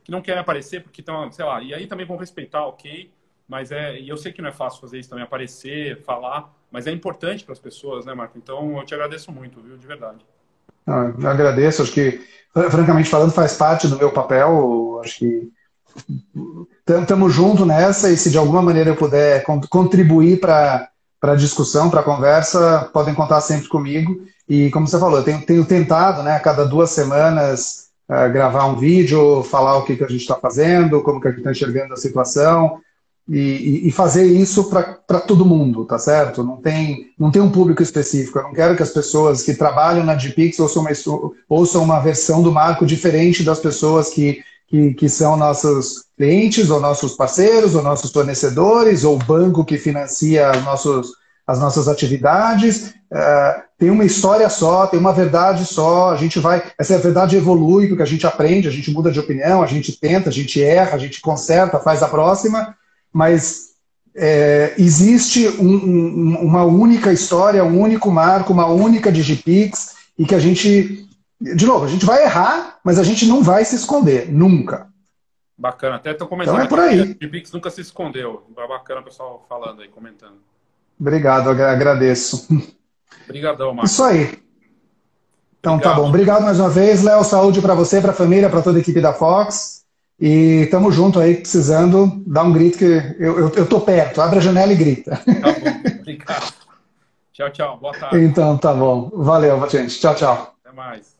que não querem aparecer porque estão, sei lá, e aí também vão respeitar, ok, mas é, e eu sei que não é fácil fazer isso também, aparecer, falar, mas é importante para as pessoas, né, Marco? Então, eu te agradeço muito, viu, de verdade. Ah, eu agradeço, acho que, francamente falando, faz parte do meu papel, acho que estamos juntos nessa, e se de alguma maneira eu puder contribuir para a discussão, para a conversa, podem contar sempre comigo. E como você falou, eu tenho, tenho tentado, né, a cada duas semanas, uh, gravar um vídeo, falar o que, que a gente está fazendo, como que a gente está enxergando a situação, e, e fazer isso para todo mundo, tá certo? Não tem, não tem um público específico. Eu não quero que as pessoas que trabalham na Digipix ouçam uma, ouçam uma versão do Marco diferente das pessoas que Que, que são nossos clientes, ou nossos parceiros, ou nossos fornecedores, ou o banco que financia os nossos, as nossas atividades. Uh, tem uma história só, tem uma verdade só, a gente vai, essa verdade evolui, porque a gente aprende, a gente muda de opinião, a gente tenta, a gente erra, a gente conserta, faz a próxima, mas é, existe um, um, uma única história, um único marco, uma única Digipix, e que a gente... De novo, a gente vai errar, mas a gente não vai se esconder, nunca. Bacana, até estou comentando então é por aí. que a Digipix nunca se escondeu. Bacana o pessoal falando aí, comentando. Obrigado, agradeço. Obrigadão, Marcos. Isso aí. Então Obrigado. Tá bom, obrigado mais uma vez, Léo, saúde para você, para a família, para toda a equipe da Fox. E estamos junto aí, precisando, dar um grito que eu, eu, eu tô perto, abre a janela e grita. Tá bom, obrigado. Tchau, tchau, boa tarde. Então tá bom, valeu, gente, tchau, tchau. Até mais.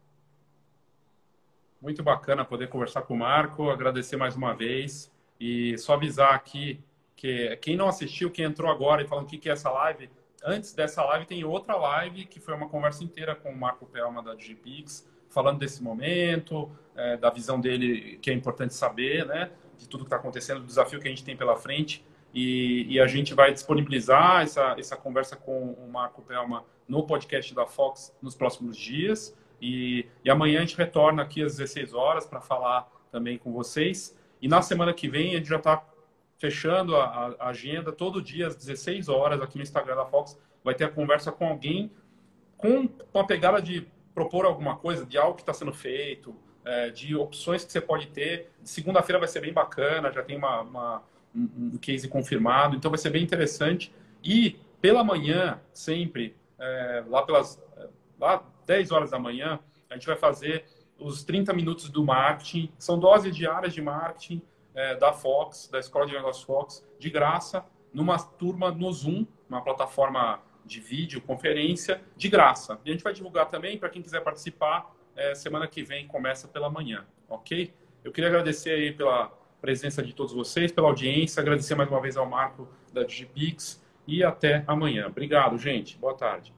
Muito bacana poder conversar com o Marco, agradecer mais uma vez e só avisar aqui que quem não assistiu, quem entrou agora e falando o que é essa live, antes dessa live tem outra live que foi uma conversa inteira com o Marco Pelma da Digipix, falando desse momento, é, da visão dele, que é importante saber, né, de tudo que está acontecendo, do desafio que a gente tem pela frente, e, e a gente vai disponibilizar essa, essa conversa com o Marco Pelma no podcast da Fox nos próximos dias. E, e amanhã a gente retorna aqui às dezesseis horas para falar também com vocês. E na semana que vem a gente já está fechando a, a agenda. Todo dia às dezesseis horas aqui no Instagram da Fox vai ter a conversa com alguém com uma pegada de propor alguma coisa, de algo que está sendo feito, é, de opções que você pode ter. Segunda-feira vai ser bem bacana, já tem uma, uma, um, um case confirmado, então vai ser bem interessante. E pela manhã, sempre, é, lá pelas... Lá, dez horas da manhã, a gente vai fazer os trinta minutos do marketing. São doses diárias de marketing é, da Fox, da Escola de Negócios Fox, de graça, numa turma no Zoom, uma plataforma de vídeo, conferência, de graça. E a gente vai divulgar também, para quem quiser participar, é, semana que vem começa pela manhã, ok? Eu queria agradecer aí pela presença de todos vocês, pela audiência, agradecer mais uma vez ao Marco da Digipix e até amanhã. Obrigado, gente. Boa tarde.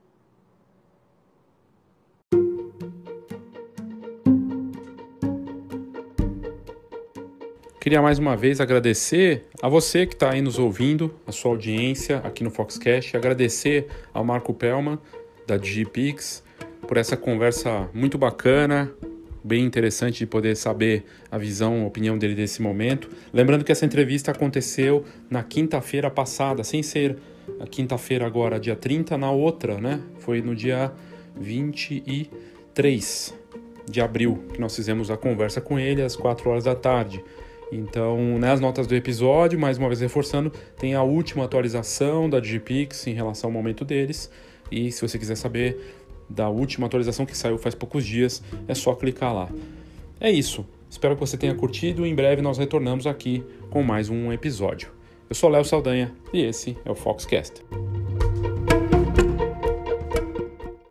Queria mais uma vez agradecer a você que está aí nos ouvindo, a sua audiência aqui no Foxcast, agradecer ao Marco Pelma, da Digipix, por essa conversa muito bacana, bem interessante de poder saber a visão, a opinião dele desse momento. Lembrando que essa entrevista aconteceu na quinta-feira passada, sem ser a quinta-feira agora, dia trinta, na outra, né? Foi no dia vinte e três de abril que nós fizemos a conversa com ele às quatro horas da tarde. Então, nas notas do episódio, mais uma vez reforçando, tem a última atualização da Digipix em relação ao momento deles. E se você quiser saber da última atualização que saiu faz poucos dias, é só clicar lá. É isso. Espero que você tenha curtido e em breve nós retornamos aqui com mais um episódio. Eu sou Léo Saldanha e esse é o Foxcast.